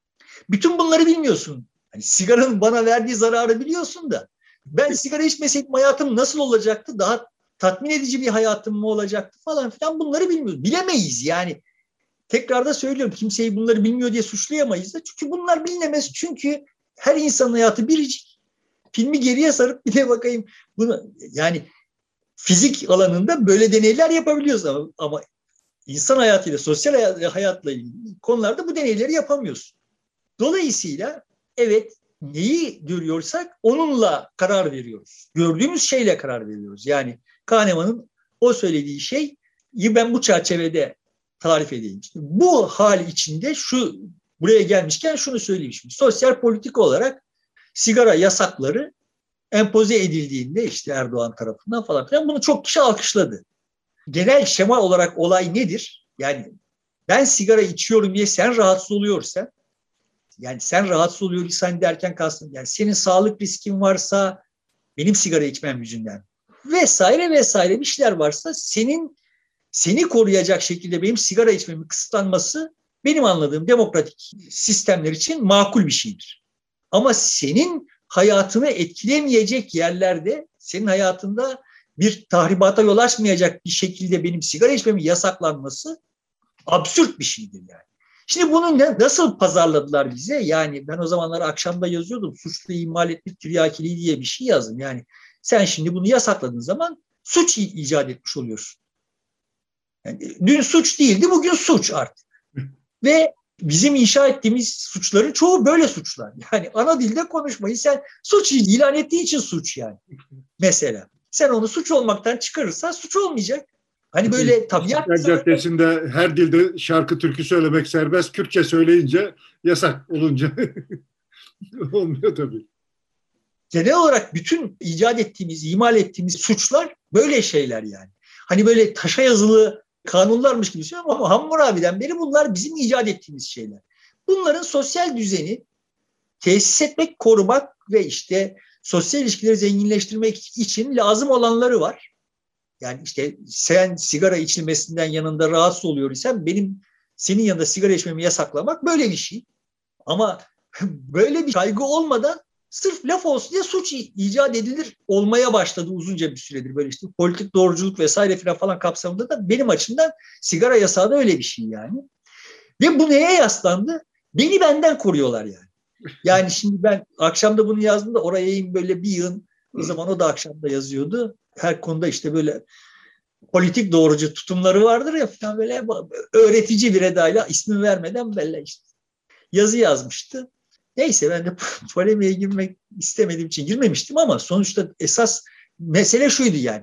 bütün bunları bilmiyorsun. Yani sigaranın bana verdiği zararı biliyorsun da ben sigara içmeseydim hayatım nasıl olacaktı? Daha tatmin edici bir hayatım mı olacaktı falan filan bunları bilmiyoruz. Bilemeyiz yani. Tekrar da söylüyorum kimseyi bunları bilmiyor diye suçlayamayız da. Çünkü bunlar bilinemez. Çünkü her insanın hayatı biricik. Filmi geriye sarıp bir de bakayım. Bunu, yani fizik alanında böyle deneyler yapabiliyoruz ama, ama insan hayatıyla, sosyal hayatla ilgili konularda bu deneyleri yapamıyorsun. Dolayısıyla evet neyi görüyorsak onunla karar veriyoruz. Gördüğümüz şeyle karar veriyoruz. Yani Kahneman'ın o söylediği şeyi ben bu çerçevede tarif edeyim. İşte bu hal içinde şu buraya gelmişken şunu söyleyeyim şimdi. Sosyal politik olarak sigara yasakları empoze edildiğinde işte Erdoğan tarafından falan filan bunu çok kişi alkışladı. Genel şema olarak olay nedir? Yani ben sigara içiyorum diye sen rahatsız oluyorsan yani sen rahatsız oluyorsan derken kastım yani senin sağlık riskin varsa benim sigara içmem yüzünden vesaire vesaire bir şeyler varsa senin seni koruyacak şekilde benim sigara içmemin kısıtlanması benim anladığım demokratik sistemler için makul bir şeydir. Ama senin hayatını etkilemeyecek yerlerde, senin hayatında bir tahribata yol açmayacak bir şekilde benim sigara içmemin yasaklanması absürt bir şeydir yani. Şimdi bunu nasıl pazarladılar bize? Yani ben o zamanlar akşamda yazıyordum. Suçlu ihmal etmek tiryakiliği diye bir şey yazdım. Yani sen şimdi bunu yasakladığın zaman suç icat etmiş oluyorsun. Yani dün suç değildi, bugün suç artık. Ve bizim inşa ettiğimiz suçların çoğu böyle suçlar. Yani ana dilde konuşmayı sen suç ilan ettiği için suç yani. Mesela. Sen onu suç olmaktan çıkarırsan suç olmayacak. Hani böyle tabiat... İstiklal Caddesi'nde her dilde şarkı türkü söylemek serbest. Kürtçe söyleyince yasak olunca olmuyor tabii. Genel olarak bütün icat ettiğimiz, imal ettiğimiz suçlar böyle şeyler yani. Hani böyle taşa yazılı kanunlarmış gibi söylüyorum ama Hammurabi'den beri bunlar bizim icat ettiğimiz şeyler. Bunların sosyal düzeni tesis etmek, korumak ve işte sosyal ilişkileri zenginleştirmek için lazım olanları var. Yani işte sen sigara içilmesinden yanında rahatsız oluyor isen benim senin yanında sigara içmemi yasaklamak böyle bir şey. Ama böyle bir kaygı olmadan sırf laf olsun diye suç icat edilir olmaya başladı uzunca bir süredir. Böyle işte politik doğruculuk vesaire falan, falan kapsamında da benim açımdan sigara yasağı da öyle bir şey yani. Ve bu neye yaslandı? Beni benden koruyorlar yani. Yani şimdi ben akşamda bunu yazdım da oraya böyle bir yığın, o zaman o da akşamda yazıyordu. Her konuda işte böyle politik doğrucu tutumları vardır ya falan, böyle öğretici bir edayla ismi vermeden böyle işte yazı yazmıştı. Neyse ben de polemiğe girmek istemediğim için girmemiştim ama sonuçta esas mesele şuydu yani.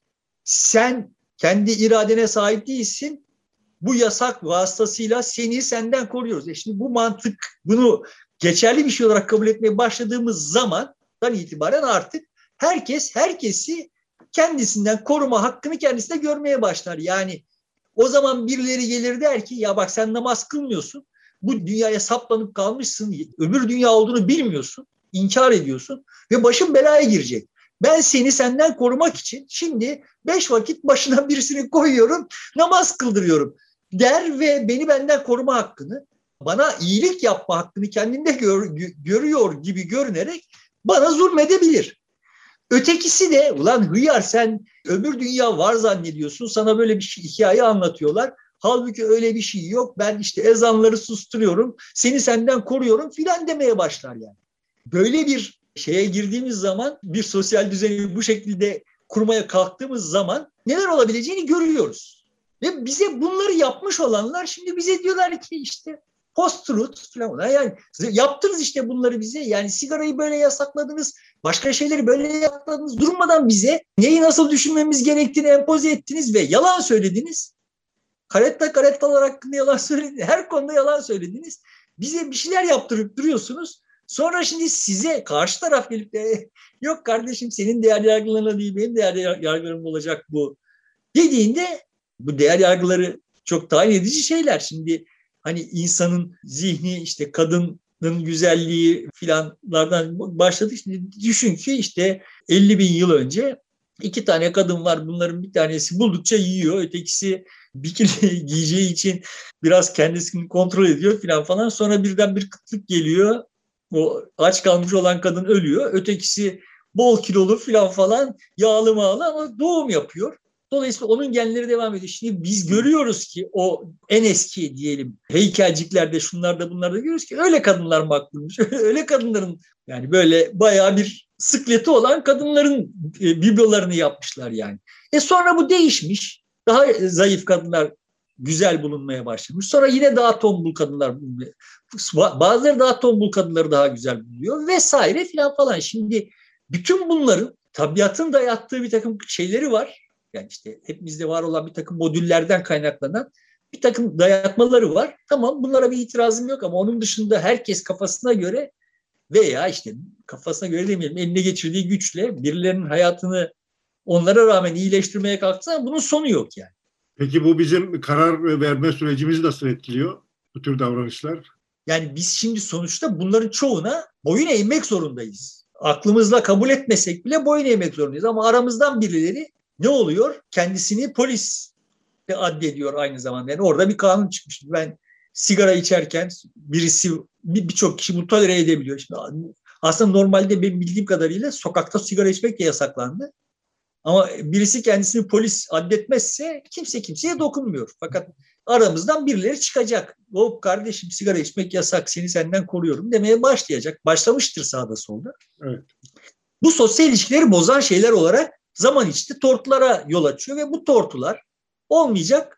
Sen kendi iradene sahip değilsin. Bu yasak vasıtasıyla seni senden koruyoruz. E şimdi bu mantık, bunu geçerli bir şey olarak kabul etmeye başladığımız zamandan itibaren artık herkes herkesi kendisinden koruma hakkını kendisine görmeye başlar. Yani o zaman birileri gelir der ki ya bak sen namaz kılmıyorsun. Bu dünyaya saplanıp kalmışsın. Öbür dünya olduğunu bilmiyorsun. İnkar ediyorsun. Ve başın belaya girecek. Ben seni senden korumak için şimdi beş vakit başına birisini koyuyorum. Namaz kıldırıyorum der ve beni benden koruma hakkını, bana iyilik yapma hakkını kendinde gör, görüyor gibi görünerek bana zulmedebilir. Ötekisi de ulan hıyar sen öbür dünya var zannediyorsun, sana böyle bir şey, hikaye anlatıyorlar. Halbuki öyle bir şey yok. Ben işte ezanları susturuyorum, seni senden koruyorum filan demeye başlar yani. Böyle bir şeye girdiğimiz zaman, bir sosyal düzeni bu şekilde kurmaya kalktığımız zaman neler olabileceğini görüyoruz. Ve bize bunları yapmış olanlar şimdi bize diyorlar ki işte post-truth falan. Yani yaptınız işte bunları bize. Yani sigarayı böyle yasakladınız, başka şeyleri böyle yasakladınız. Durmadan bize neyi nasıl düşünmemiz gerektiğini empoze ettiniz ve yalan söylediniz. Karetta karettalar hakkında yalan söylediniz. Her konuda yalan söylediniz. Bize bir şeyler yaptırıp duruyorsunuz. Sonra şimdi size karşı taraf gelip de yok kardeşim senin değer yargılarına değil benim değer yargılarım olacak bu dediğinde, bu değer yargıları çok tayin edici şeyler. Şimdi hani insanın zihni işte kadının güzelliği filanlardan başladı. Şimdi düşün ki işte elli bin yıl önce iki tane kadın var. Bunların bir tanesi buldukça yiyor. Ötekisi bikini giyeceği için biraz kendisini kontrol ediyor filan falan. Sonra birden bir kıtlık geliyor. O aç kalmış olan kadın ölüyor. Ötekisi bol kilolu filan falan, yağlı mağlı ama doğum yapıyor. Dolayısıyla onun genleri devam ediyor. Şimdi biz görüyoruz ki o en eski diyelim heykelciklerde, şunlarda bunlarda görüyoruz ki öyle kadınlar makbulmuş. Öyle kadınların, yani böyle bayağı bir sıkleti olan kadınların e, biblolarını yapmışlar yani. E sonra bu değişmiş. Daha zayıf kadınlar güzel bulunmaya başlamış. Sonra yine daha tombul kadınlar bulunuyor. Bazıları daha tombul kadınları daha güzel buluyor vesaire filan falan. Şimdi bütün bunların tabiatın dayattığı bir takım şeyleri var. Yani işte hepimizde var olan bir takım modüllerden kaynaklanan bir takım dayatmaları var. Tamam, bunlara bir itirazım yok ama onun dışında herkes kafasına göre veya işte kafasına göre demeyelim, eline geçirdiği güçle birilerinin hayatını onlara rağmen iyileştirmeye kalksa bunun sonu yok yani. Peki bu bizim karar verme sürecimizi nasıl etkiliyor bu tür davranışlar? Yani biz şimdi sonuçta bunların çoğuna boyun eğmek zorundayız. Aklımızla kabul etmesek bile boyun eğmek zorundayız. Ama aramızdan birileri ne oluyor? Kendisini polis de addediyor aynı zamanda. Yani orada bir kanun çıkmış. Ben sigara içerken birisi, birçok kişi bunu tolere edebiliyor. Şimdi aslında normalde benim bildiğim kadarıyla sokakta sigara içmek de yasaklandı. Ama birisi kendisini polis addetmezse kimse kimseye dokunmuyor. Fakat aramızdan birileri çıkacak. O kardeşim sigara içmek yasak, seni senden koruyorum demeye başlayacak. Başlamıştır sağda solda. Evet. Bu sosyal ilişkileri bozan şeyler olarak zaman içinde tortulara yol açıyor ve bu tortular olmayacak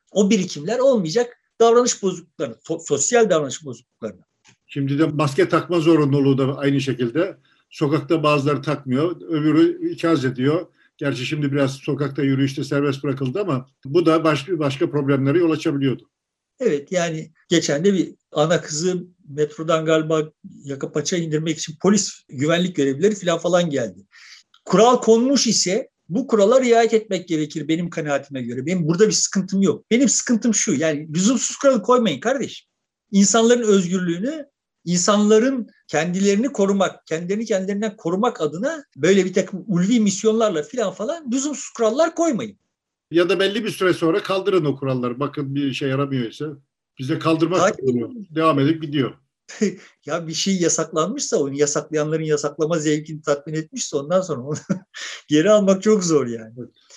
O birikimler olmayacak davranış bozukluklarını, sosyal davranış bozukluklarını. Şimdi de maske takma zorunluluğu da aynı şekilde. Sokakta bazıları takmıyor, öbürü ikaz ediyor. Gerçi şimdi biraz sokakta yürüyüşte serbest bırakıldı ama bu da başka başka problemlere yol açabiliyordu. Evet, yani geçen de bir ana kızı metrodan galiba yaka paça indirmek için polis güvenlik görevlileri falan falan geldi. Kural konmuş ise bu kurala riayet etmek gerekir benim kanaatime göre. Benim burada bir sıkıntım yok. Benim sıkıntım şu: yani lüzumsuz kuralı koymayın kardeşim. İnsanların özgürlüğünü, insanların kendilerini korumak, kendilerini kendilerinden korumak adına böyle bir takım ulvi misyonlarla falan falan lüzumsuz kurallar koymayın. Ya da belli bir süre sonra kaldırın o kuralları. Bakın bir şey yaramıyorsa bize kaldırmak oluyor. Devam edip gidiyor. Ya bir şey yasaklanmışsa, onu yasaklayanların yasaklama zevkini tatmin etmişse ondan sonra onu geri almak çok zor yani.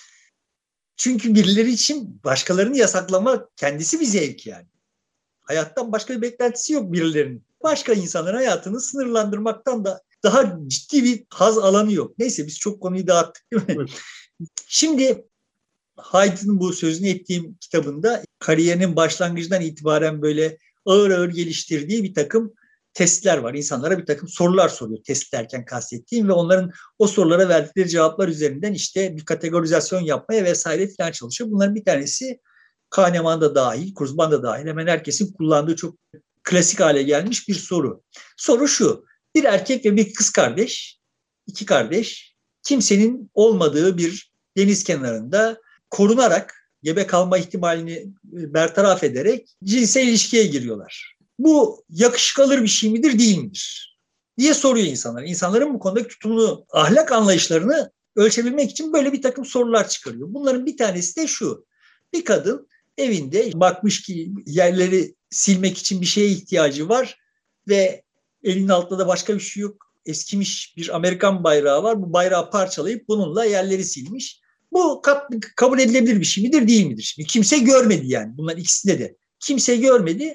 Çünkü birileri için başkalarını yasaklama kendisi bir zevk yani. Hayattan başka bir beklentisi yok birilerinin. Başka insanların hayatını sınırlandırmaktan da daha ciddi bir haz alanı yok. Neyse, biz çok konuyu dağıttık değil mi? Evet. Şimdi Haydn'ın bu sözünü ettiğim kitabında kariyerinin başlangıcından itibaren böyle ağır ağır geliştirdiği bir takım testler var. İnsanlara bir takım sorular soruyor, test derken kastettiğim, ve onların o sorulara verdikleri cevaplar üzerinden işte bir kategorizasyon yapmaya vesaire falan çalışıyor. Bunların bir tanesi Kahneman da dahil, Kurzban da dahil, hemen herkesin kullandığı çok klasik hale gelmiş bir soru. Soru şu: bir erkek ve bir kız kardeş, iki kardeş, kimsenin olmadığı bir deniz kenarında korunarak, gebe kalma ihtimalini bertaraf ederek cinsel ilişkiye giriyorlar. Bu yakışık alır bir şey midir, değil midir diye soruyor insanlar. İnsanların bu konudaki tutumunu, ahlak anlayışlarını ölçebilmek için böyle bir takım sorular çıkarıyor. Bunların bir tanesi de şu: bir kadın evinde bakmış ki yerleri silmek için bir şeye ihtiyacı var ve elinin altında da başka bir şey yok. Eskimiş bir Amerikan bayrağı var. Bu bayrağı parçalayıp bununla yerleri silmiş. Bu kabul edilebilir bir şey midir, değil midir? Şimdi kimse görmedi yani. Bunların ikisinde de kimse görmedi.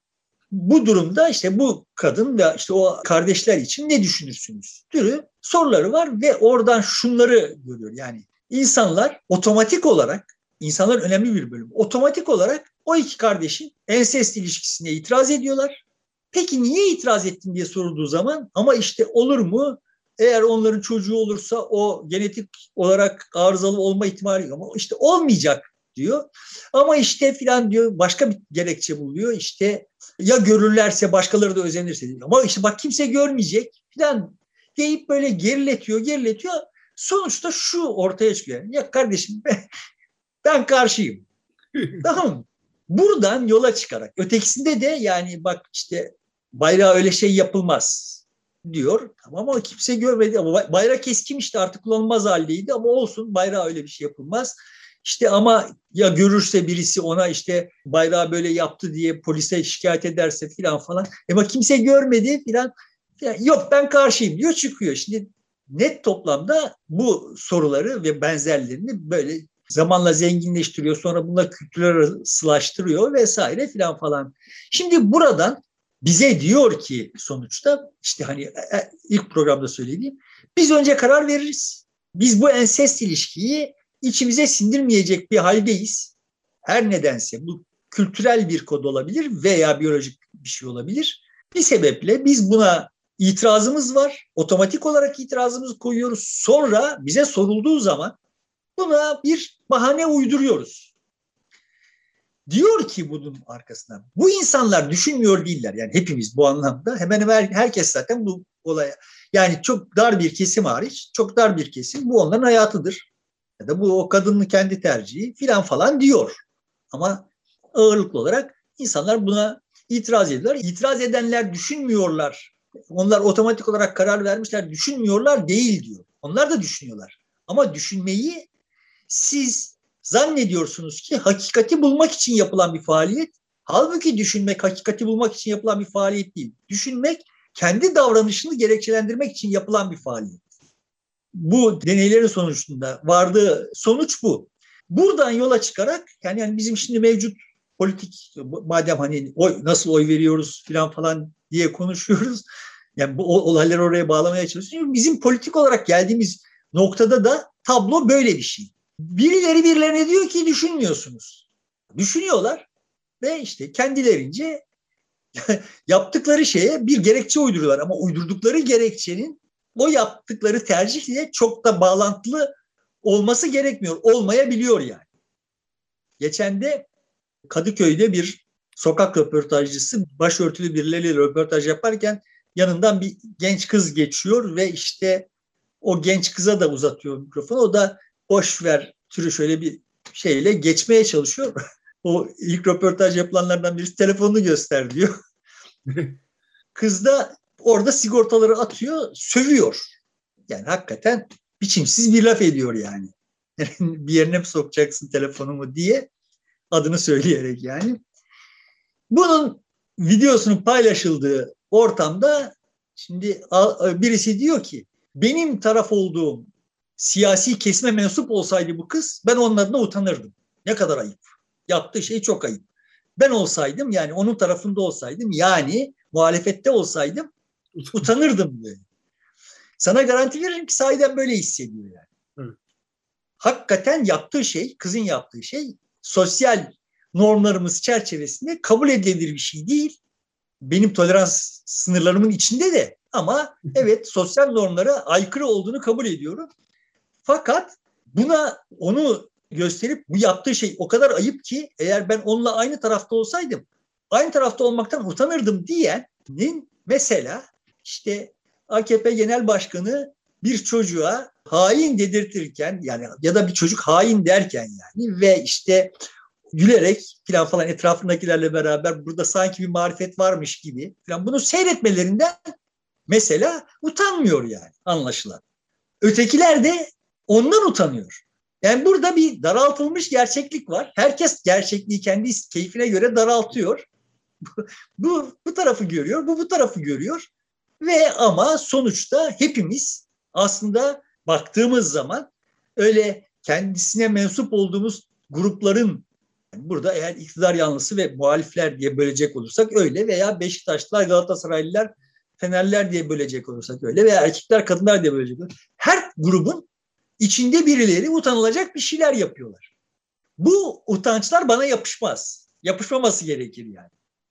Bu durumda işte bu kadın ve işte o kardeşler için ne düşünürsünüz türü soruları var ve oradan şunları görüyor. Yani insanlar otomatik olarak, insanlar önemli bir bölüm, otomatik olarak o iki kardeşin ensest ilişkisine itiraz ediyorlar. Peki niye itiraz ettin diye sorulduğu zaman, ama işte olur mu? Eğer onların çocuğu olursa o genetik olarak arızalı olma ihtimali yok, ama işte olmayacak diyor. Ama işte filan diyor, başka bir gerekçe buluyor. İşte ya görürlerse, başkaları da özenirse diyor. Ama işte bak kimse görmeyecek filan deyip böyle geriletiyor, geriletiyor. Sonuçta şu ortaya çıkıyor: ya kardeşim ben, ben karşıyım. Tamam mı? Buradan yola çıkarak ötekisinde de yani bak işte bayrağı öyle şey yapılmaz diyor. Tamam, ama kimse görmedi. Ama bayrak eskimişti, artık kullanılmaz haldeydi, ama olsun, bayrağı öyle bir şey yapılmaz. İşte ama ya görürse birisi, ona işte bayrağı böyle yaptı diye polise şikayet ederse filan falan. Ama kimse görmedi filan. Yok ben karşıyım diyor, çıkıyor. Şimdi net toplamda bu soruları ve benzerlerini böyle zamanla zenginleştiriyor. Sonra bunları kültürel sılaştırıyor vesaire filan falan. Şimdi buradan bize diyor ki sonuçta, işte hani ilk programda söylediğim, biz önce karar veririz. Biz bu ensest ilişkiyi içimize sindirmeyecek bir haldeyiz. Her nedense bu kültürel bir kod olabilir veya biyolojik bir şey olabilir. Bir sebeple biz buna itirazımız var. Otomatik olarak itirazımızı koyuyoruz. Sonra bize sorulduğu zaman buna bir bahane uyduruyoruz. Diyor ki bunun arkasından, bu insanlar düşünmüyor değiller. Yani hepimiz bu anlamda, hemen hemen herkes zaten bu olaya, yani çok dar bir kesim hariç, çok dar bir kesim, bu onların hayatıdır. Ya da bu o kadının kendi tercihi filan falan diyor. Ama ağırlıklı olarak insanlar buna itiraz ediyorlar. İtiraz edenler düşünmüyorlar. Onlar otomatik olarak karar vermişler, düşünmüyorlar değil diyor. Onlar da düşünüyorlar. Ama düşünmeyi siz zannediyorsunuz ki hakikati bulmak için yapılan bir faaliyet. Halbuki düşünmek hakikati bulmak için yapılan bir faaliyet değil. Düşünmek kendi davranışını gerekçelendirmek için yapılan bir faaliyet. Bu deneylerin sonucunda vardığı sonuç bu. Buradan yola çıkarak yani, yani bizim şimdi mevcut politik, madem hani oy, nasıl oy veriyoruz falan falan diye konuşuyoruz. Yani bu olayları oraya bağlamaya çalışıyoruz. Bizim politik olarak geldiğimiz noktada da tablo böyle bir şey. Birileri birilerine diyor ki düşünmüyorsunuz. düşünüyorlar ve işte kendilerince yaptıkları şeye bir gerekçe uyduruyorlar. Ama uydurdukları gerekçenin o yaptıkları tercihle çok da bağlantılı olması gerekmiyor. Olmayabiliyor yani. Geçen de Kadıköy'de bir sokak röportajcısı başörtülü birileriyle röportaj yaparken yanından bir genç kız geçiyor ve işte o genç kıza da uzatıyor mikrofonu. O da boş ver türü şöyle bir şeyle geçmeye çalışıyor. O ilk röportaj yapılanlardan birisi telefonunu göster diyor. Kız da orada sigortaları atıyor, sövüyor. Yani hakikaten biçimsiz bir laf ediyor yani. Bir yerine mi sokacaksın telefonumu diye adını söyleyerek yani. Bunun videosunun paylaşıldığı ortamda şimdi birisi diyor ki benim taraf olduğum siyasi kesime mensup olsaydı bu kız ben onun adına utanırdım. Ne kadar ayıp. Yaptığı şey çok ayıp. Ben olsaydım yani onun tarafında olsaydım yani muhalefette olsaydım utanırdım diyor. Sana garanti veririm ki sahiden böyle hissediyor yani. Evet. Hakikaten yaptığı şey, kızın yaptığı şey sosyal normlarımız çerçevesinde kabul edilebilir bir şey değil. Benim tolerans sınırlarımın içinde de ama evet sosyal normlara aykırı olduğunu kabul ediyorum. Fakat buna onu gösterip bu yaptığı şey o kadar ayıp ki eğer ben onunla aynı tarafta olsaydım aynı tarafta olmaktan utanırdım diyenin mesela işte A K P Genel Başkanı bir çocuğa hain dedirtirken yani ya da bir çocuk hain derken yani ve işte gülerek falan falan etrafındakilerle beraber burada sanki bir marifet varmış gibi falan bunu seyretmelerinden mesela utanmıyor yani anlaşılan. Ötekiler de ondan utanıyor. Yani burada bir daraltılmış gerçeklik var. Herkes gerçekliği kendi keyfine göre daraltıyor. Bu bu tarafı görüyor, bu bu tarafı görüyor. Ve ama sonuçta hepimiz aslında baktığımız zaman öyle kendisine mensup olduğumuz grupların yani burada eğer iktidar yanlısı ve muhalifler diye bölecek olursak öyle veya Beşiktaşlılar, Galatasaraylılar, Fenerler diye bölecek olursak öyle veya erkekler, kadınlar diye bölecek olursak her grubun içinde birileri utanılacak bir şeyler yapıyorlar. Bu utançlar bana yapışmaz. Yapışmaması gerekir yani.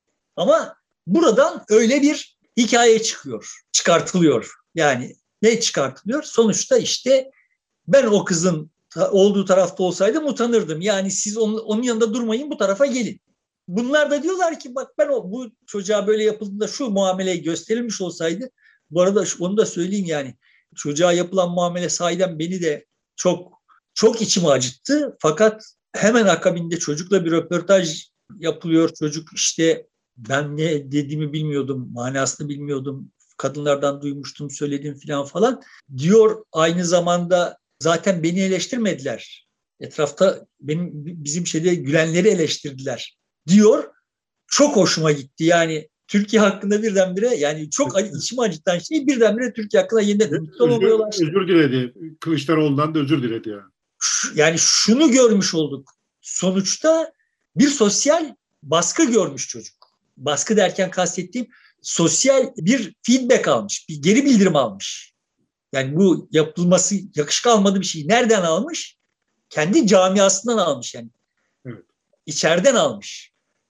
Ama buradan öyle bir hikaye çıkıyor, çıkartılıyor. Yani ne çıkartılıyor? Sonuçta işte ben o kızın olduğu tarafta olsaydım utanırdım. Yani siz onun, onun yanında durmayın, bu tarafa gelin. Bunlar da diyorlar ki bak ben o, bu çocuğa böyle yapıldığında şu muamele gösterilmiş olsaydı, bu arada onu da söyleyeyim yani çocuğa yapılan muamele sahiden beni de çok çok içimi acıttı. Fakat hemen akabinde çocukla bir röportaj yapılıyor. Çocuk işte ben ne dediğimi bilmiyordum, manasını bilmiyordum. Kadınlardan duymuştum, söyledim falan falan. Diyor aynı zamanda zaten beni eleştirmediler. Etrafta benim bizim şeyde gülenleri eleştirdiler diyor. Çok hoşuma gitti. Yani Türkiye hakkında birdenbire yani çok içimi acıtan şey birdenbire Türkiye hakkında yeniden ümitli olmaya başladı. Özür diledi. Kılıçdaroğlu'ndan da özür diledi yani. Yani şunu görmüş olduk. Sonuçta bir sosyal baskı görmüş çocuk. Baskı derken kastettiğim sosyal bir feedback almış, bir geri bildirim almış. Yani bu yapılması yakışık almadığı bir şey. Nereden almış? Kendi camiasından almış yani. Evet. İçeriden almış.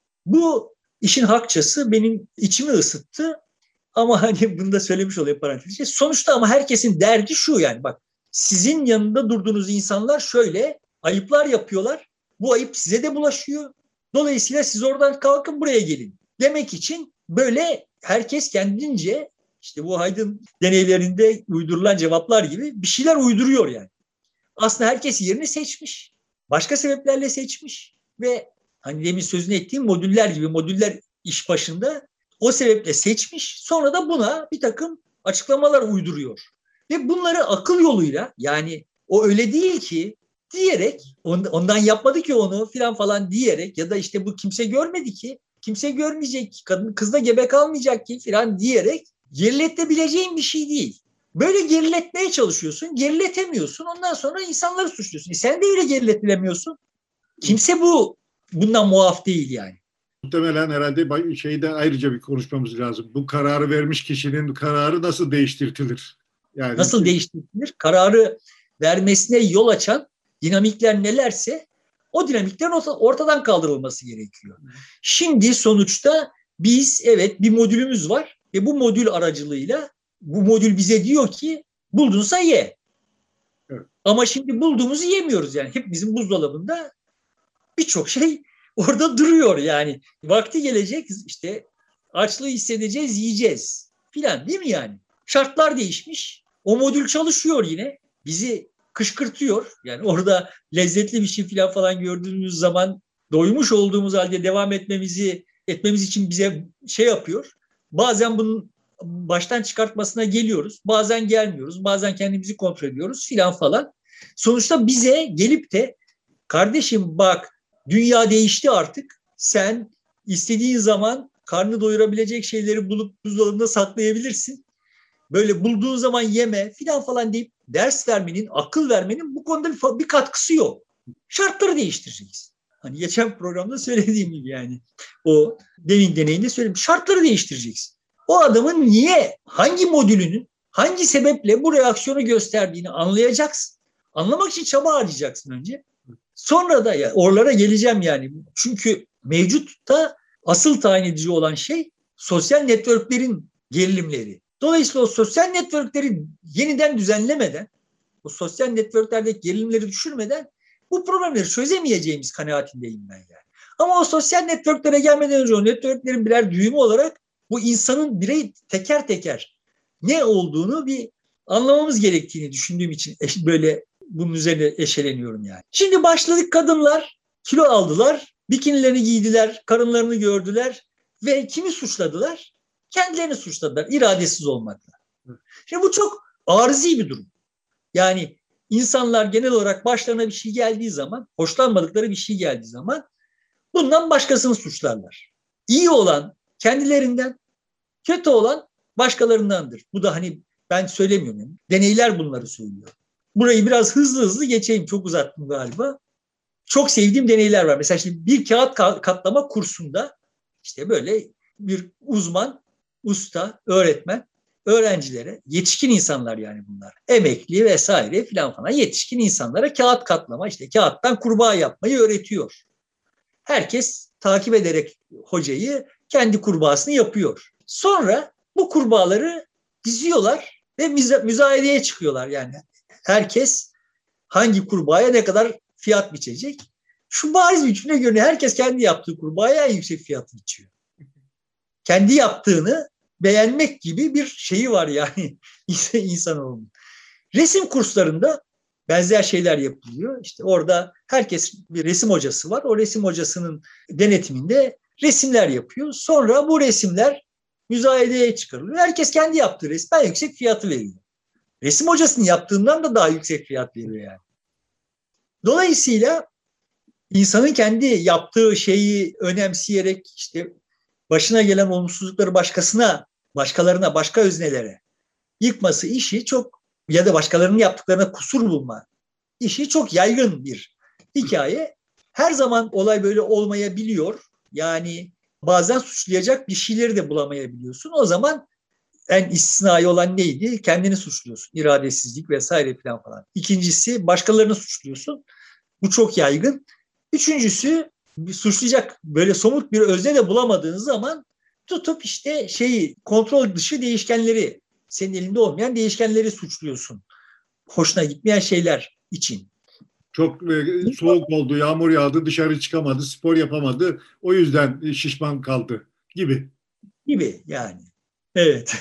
Bu işin hakçası benim içimi ısıttı. Ama hani bunu da söylemiş olayım parantezce. Sonuçta ama herkesin derdi şu yani bak sizin yanında durduğunuz insanlar şöyle ayıplar yapıyorlar. Bu ayıp size de bulaşıyor. Dolayısıyla siz oradan kalkın buraya gelin. Demek için böyle herkes kendince işte bu Haydn deneylerinde uydurulan cevaplar gibi bir şeyler uyduruyor yani. Aslında herkes yerini seçmiş. Başka sebeplerle seçmiş ve hani demin sözünü ettiğim modüller gibi modüller iş başında o sebeple seçmiş. Sonra da buna bir takım açıklamalar uyduruyor. Ve bunları akıl yoluyla yani o öyle değil ki diyerek ondan yapmadı ki onu filan falan diyerek ya da işte bu kimse görmedi ki kimse görmeyecek ki kadın kız da gebe kalmayacak ki filan diyerek geriletebileceğin bir şey değil. Böyle geriletmeye çalışıyorsun, geriletemiyorsun. Ondan sonra insanları suçluyorsun. E sen de öyle geriletilemiyorsun. Kimse bu bundan muaf değil yani. Muhtemelen herhalde şeyde ayrıca bir konuşmamız lazım. Bu kararı vermiş kişinin kararı nasıl değiştirilir? Yani nasıl değiştirilir? Kararı vermesine yol açan dinamikler nelerse O dinamiklerin ortadan kaldırılması gerekiyor. Şimdi sonuçta biz evet bir modülümüz var ve bu modül aracılığıyla bu modül bize diyor ki buldunsa ye. Evet. Ama şimdi bulduğumuzu yemiyoruz yani. Hep bizim buzdolabında birçok şey orada duruyor yani. Vakti gelecek işte açlığı hissedeceğiz, yiyeceğiz filan değil mi yani? Şartlar değişmiş. O modül çalışıyor yine. Bizi kışkırtıyor. Yani orada lezzetli bir şey falan falan gördüğümüz zaman doymuş olduğumuz halde devam etmemizi etmemiz için bize şey yapıyor. Bazen bunun baştan çıkartmasına geliyoruz. Bazen gelmiyoruz. Bazen kendimizi kontrol ediyoruz filan falan. Sonuçta bize gelip de kardeşim bak dünya değişti artık. Sen istediğin zaman karnını doyurabilecek şeyleri bulup buzdolabında saklayabilirsin. Böyle bulduğun zaman yeme filan falan deyip ders vermenin, akıl vermenin bu konuda bir, bir katkısı yok. Şartları değiştireceksin. Hani geçen programda söylediğim gibi yani o demin deneyinde söyledim. Şartları değiştireceksin. O adamın niye, hangi modülünün, hangi sebeple bu reaksiyonu gösterdiğini anlayacaksın. Anlamak için çaba harcayacaksın önce. Sonra da ya, oralara geleceğim yani. Çünkü mevcutta asıl tayin edici olan şey sosyal networklerin gerilimleri. Dolayısıyla o sosyal networkleri yeniden düzenlemeden, o sosyal networklerdeki gerilimleri düşürmeden bu problemleri çözemeyeceğimiz kanaatindeyim ben yani. Ama o sosyal networklere gelmeden önce o networklerin birer düğümü olarak bu insanın birey teker teker ne olduğunu bir anlamamız gerektiğini düşündüğüm için böyle bunun üzerine eşeleniyorum yani. Şimdi başladık, kadınlar kilo aldılar, bikinilerini giydiler, karınlarını gördüler ve kimi suçladılar? Kendilerini suçladılar iradesiz olmakla. Şimdi bu çok arızi bir durum. Yani insanlar genel olarak başlarına bir şey geldiği zaman, hoşlanmadıkları bir şey geldiği zaman bundan başkasını suçlarlar. İyi olan kendilerinden, kötü olan başkalarındandır. Bu da hani ben söylemiyorum. Deneyler bunları söylüyor. Burayı biraz hızlı hızlı geçeyim. Çok uzattım galiba. Çok sevdiğim deneyler var. Mesela şimdi bir kağıt katlama kursunda işte böyle bir uzman, usta, öğretmen öğrencilere, yetişkin insanlar yani bunlar, emekli vesaire filan falan yetişkin insanlara kağıt katlama, işte kağıttan kurbağa yapmayı öğretiyor. Herkes takip ederek hocayı kendi kurbağasını yapıyor. Sonra bu kurbağaları diziyorlar ve müzayedeye çıkıyorlar yani. Herkes hangi kurbağaya ne kadar fiyat biçecek? Şu bariz biçimde görünüyor. Herkes kendi yaptığı kurbağaya en yüksek fiyatı biçiyor. Kendi yaptığını beğenmek gibi bir şeyi var yani insanoğlunun. Resim kurslarında benzer şeyler yapılıyor. İşte orada herkes bir resim hocası var. O resim hocasının denetiminde resimler yapıyor. Sonra bu resimler müzayedeye çıkarılıyor. Herkes kendi yaptığı resme en yüksek fiyatı veriyor. Resim hocasının yaptığından da daha yüksek fiyat veriyor yani. Dolayısıyla insanın kendi yaptığı şeyi önemseyerek işte başına gelen olumsuzlukları başkasına, başkalarına, başka öznelere yıkması işi çok, ya da başkalarının yaptıklarına kusur bulma işi çok yaygın bir hikaye. Her zaman olay böyle olmayabiliyor. Yani bazen suçlayacak bir şeyleri de bulamayabiliyorsun. O zaman en istisnai olan neydi? Kendini suçluyorsun. İradesizlik vesaire falan falan. İkincisi başkalarını suçluyorsun. Bu çok yaygın. Üçüncüsü bir suçlayacak böyle somut bir özne de bulamadığınız zaman tutup işte şeyi, kontrol dışı değişkenleri, senin elinde olmayan değişkenleri suçluyorsun. Hoşuna gitmeyen şeyler için. Çok e, soğuk oldu, yağmur yağdı, dışarı çıkamadı, spor yapamadı. O yüzden şişman kaldı gibi. Gibi yani. Evet.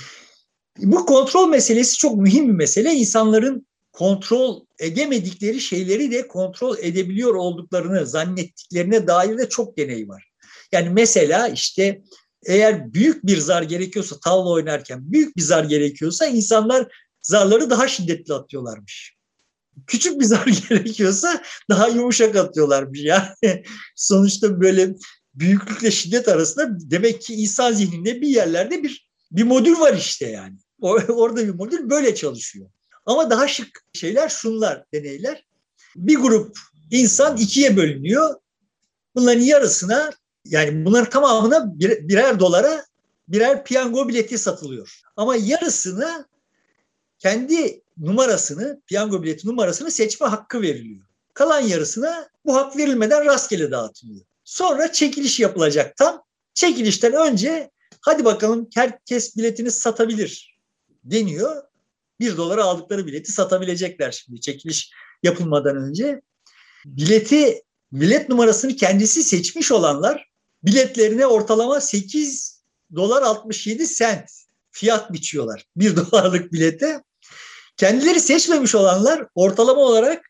Bu kontrol meselesi çok mühim bir mesele. İnsanların kontrol edemedikleri şeyleri de kontrol edebiliyor olduklarını zannettiklerine dair de çok deney var. Yani mesela işte eğer büyük bir zar gerekiyorsa, tavla oynarken büyük bir zar gerekiyorsa insanlar zarları daha şiddetli atıyorlarmış. Küçük bir zar gerekiyorsa daha yumuşak atıyorlarmış. Yani sonuçta böyle büyüklükle şiddet arasında demek ki insan zihninde bir yerlerde bir bir modül var işte yani. Orada bir modül böyle çalışıyor. Ama daha şık şeyler şunlar, deneyler. Bir grup insan ikiye bölünüyor. Bunların yarısına, yani bunların tamamına bir, birer dolara birer piyango bileti satılıyor. Ama yarısına kendi numarasını, piyango bileti numarasını seçme hakkı veriliyor. Kalan yarısına bu hak verilmeden rastgele dağıtılıyor. Sonra çekiliş yapılacak tam. Çekilişten önce hadi bakalım herkes biletini satabilir deniyor. Bir dolara aldıkları bileti satabilecekler şimdi çekiliş yapılmadan önce. Bileti, bilet numarasını kendisi seçmiş olanlar biletlerine ortalama sekiz dolar altmış yedi sent fiyat biçiyorlar. Bir dolarlık bilete. Kendileri seçmemiş olanlar ortalama olarak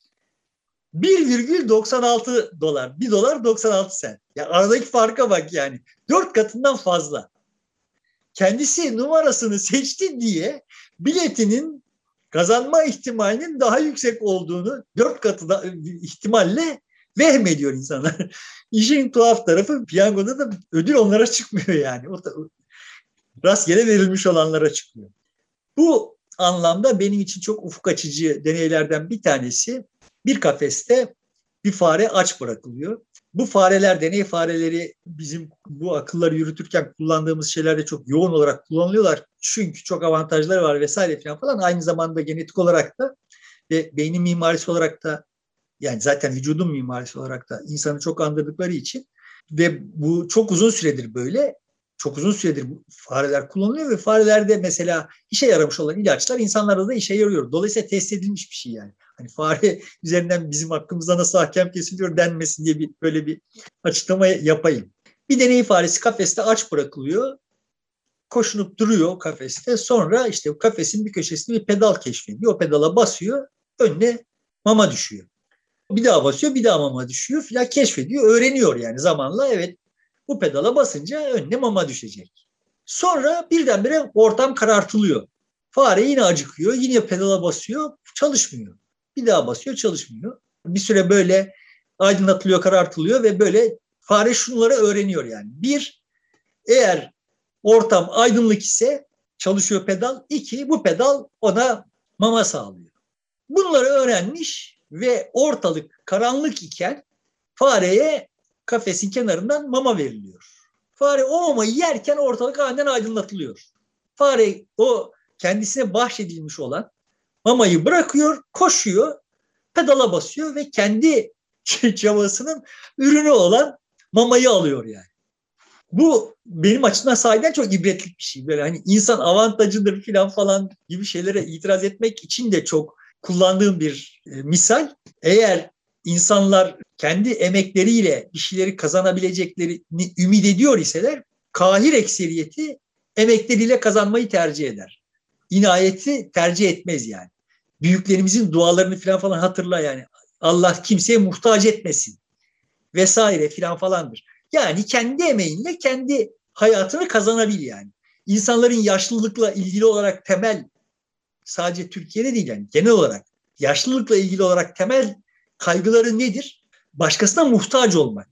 bir virgül doksan altı dolar. bir dolar doksan altı sent. Ya aradaki farka bak yani. Dört katından fazla. Kendisi numarasını seçti diye biletinin kazanma ihtimalinin daha yüksek olduğunu dört katı da, ihtimalle vehmediyor insanlar. İşin tuhaf tarafı piyangoda da ödül onlara çıkmıyor yani. O da, rastgele verilmiş olanlara çıkıyor. Bu anlamda benim için çok ufuk açıcı deneylerden bir tanesi, bir kafeste bir fare aç bırakılıyor. Bu fareler, deney fareleri bizim bu akılları yürütürken kullandığımız şeylerde çok yoğun olarak kullanılıyorlar. Çünkü çok avantajları var vesaire falan falan. Aynı zamanda genetik olarak da ve beynin mimarisi olarak da, yani zaten vücudun mimarisi olarak da insanı çok andırdıkları için ve bu çok uzun süredir böyle. Çok uzun süredir fareler kullanılıyor ve farelerde mesela işe yaramış olan ilaçlar insanlarda da işe yarıyor. Dolayısıyla test edilmiş bir şey yani. Hani fare üzerinden bizim hakkımızda nasıl hakem kesiliyor denmesin diye bir böyle bir açıklama yapayım. Bir deney faresi kafeste aç bırakılıyor. Koşunup duruyor kafeste. Sonra işte kafesin bir köşesinde bir pedal keşfediyor. O pedala basıyor. Önüne mama düşüyor. Bir daha basıyor, bir daha mama düşüyor filan, keşfediyor. Öğreniyor yani zamanla, evet. Bu pedala basınca önüne mama düşecek. Sonra birdenbire ortam karartılıyor. Fare yine acıkıyor, yine pedala basıyor, çalışmıyor. Bir daha basıyor, çalışmıyor. Bir süre böyle aydınlatılıyor, karartılıyor ve böyle fare şunları öğreniyor yani. Bir, eğer ortam aydınlık ise çalışıyor pedal. İki, bu pedal ona mama sağlıyor. Bunları öğrenmiş ve ortalık karanlık iken fareye kafesin kenarından mama veriliyor. Fare o mamayı yerken ortalık aniden aydınlatılıyor. Fare o kendisine bahşedilmiş olan mamayı bırakıyor, koşuyor, pedala basıyor ve kendi çabasının ürünü olan mamayı alıyor yani. Bu benim açımdan sahiden çok ibretlik bir şey. Böyle hani insan avantajıdır falan falan gibi şeylere itiraz etmek için de çok kullandığım bir e, misal. Eğer insanlar kendi emekleriyle bir şeyleri kazanabileceklerini ümit ediyor iseler, kahir ekseriyeti emekleriyle kazanmayı tercih eder. İnayeti tercih etmez yani. Büyüklerimizin dualarını falan falan hatırla yani. Allah kimseye muhtaç etmesin vesaire falan falandır. Yani kendi emeğinle kendi hayatını kazanabil yani. İnsanların yaşlılıkla ilgili olarak temel, sadece Türkiye'de değil yani genel olarak yaşlılıkla ilgili olarak temel kaygıları nedir? Başkasına muhtaç olmak.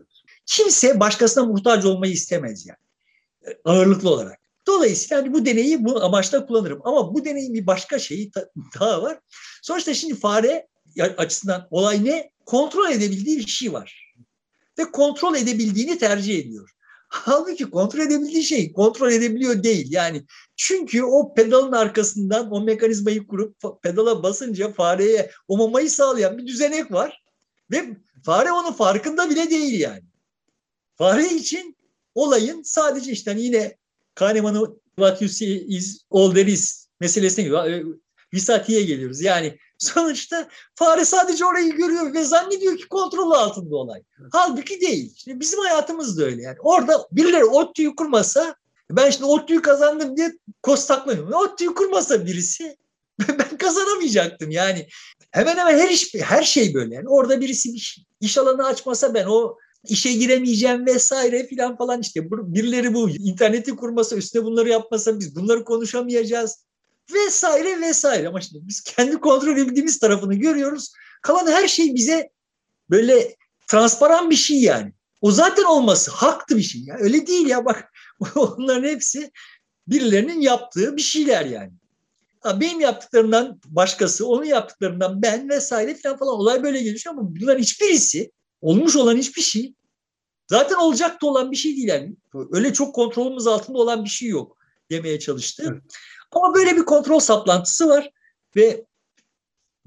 Kimse başkasına muhtaç olmayı istemez yani. Ağırlıklı olarak. Dolayısıyla hani bu deneyi bu amaçla kullanırım. Ama bu deneyin bir başka şeyi daha var. Sonuçta şimdi fare açısından olay ne? Kontrol edebildiği bir şey var. Ve kontrol edebildiğini tercih ediyor. Halbuki kontrol edebildiği şey kontrol edebiliyor değil. Yani çünkü o pedalın arkasından o mekanizmayı kurup pedala basınca fareye o mamayı sağlayan bir düzenek var. Ve fare onun farkında bile değil yani. Fare için olayın sadece işte hani yine Kahneman'ın what you see is all there is meselesine gibi visatiye geliyoruz. Yani sonuçta fare sadece orayı görüyor ve zannediyor ki kontrol altında olay. Halbuki değil. Şimdi bizim hayatımız da öyle yani. Orada birileri ODTÜ'yü kurmasa, ben şimdi ODTÜ'yü kazandım diye kostaklamıyorum. ODTÜ'yü kurmasa birisi ben kazanamayacaktım yani. Hemen hemen her iş, her şey böyle yani. Orada birisi bir iş alanı açmasa ben o işe giremeyeceğim vesaire filan falan işte. Birileri bu interneti kurmasa, üstüne bunları yapmasa biz bunları konuşamayacağız. Vesaire vesaire. Ama şimdi biz kendi kontrol edebildiğimiz tarafını görüyoruz. Kalan her şey bize böyle transparan bir şey yani. O zaten olması haktı bir şey ya. Öyle değil ya bak. Onların hepsi birilerinin yaptığı bir şeyler yani. Ha, benim yaptıklarımdan başkası, onun yaptıklarından ben vesaire falan falan olay böyle gelişiyor ama bunların hiçbirisi, olmuş olan hiçbir şey zaten olacak da olan bir şey değil yani. Öyle çok kontrolümüz altında olan bir şey yok demeye çalıştım. Evet. Ama böyle bir kontrol saplantısı var ve bu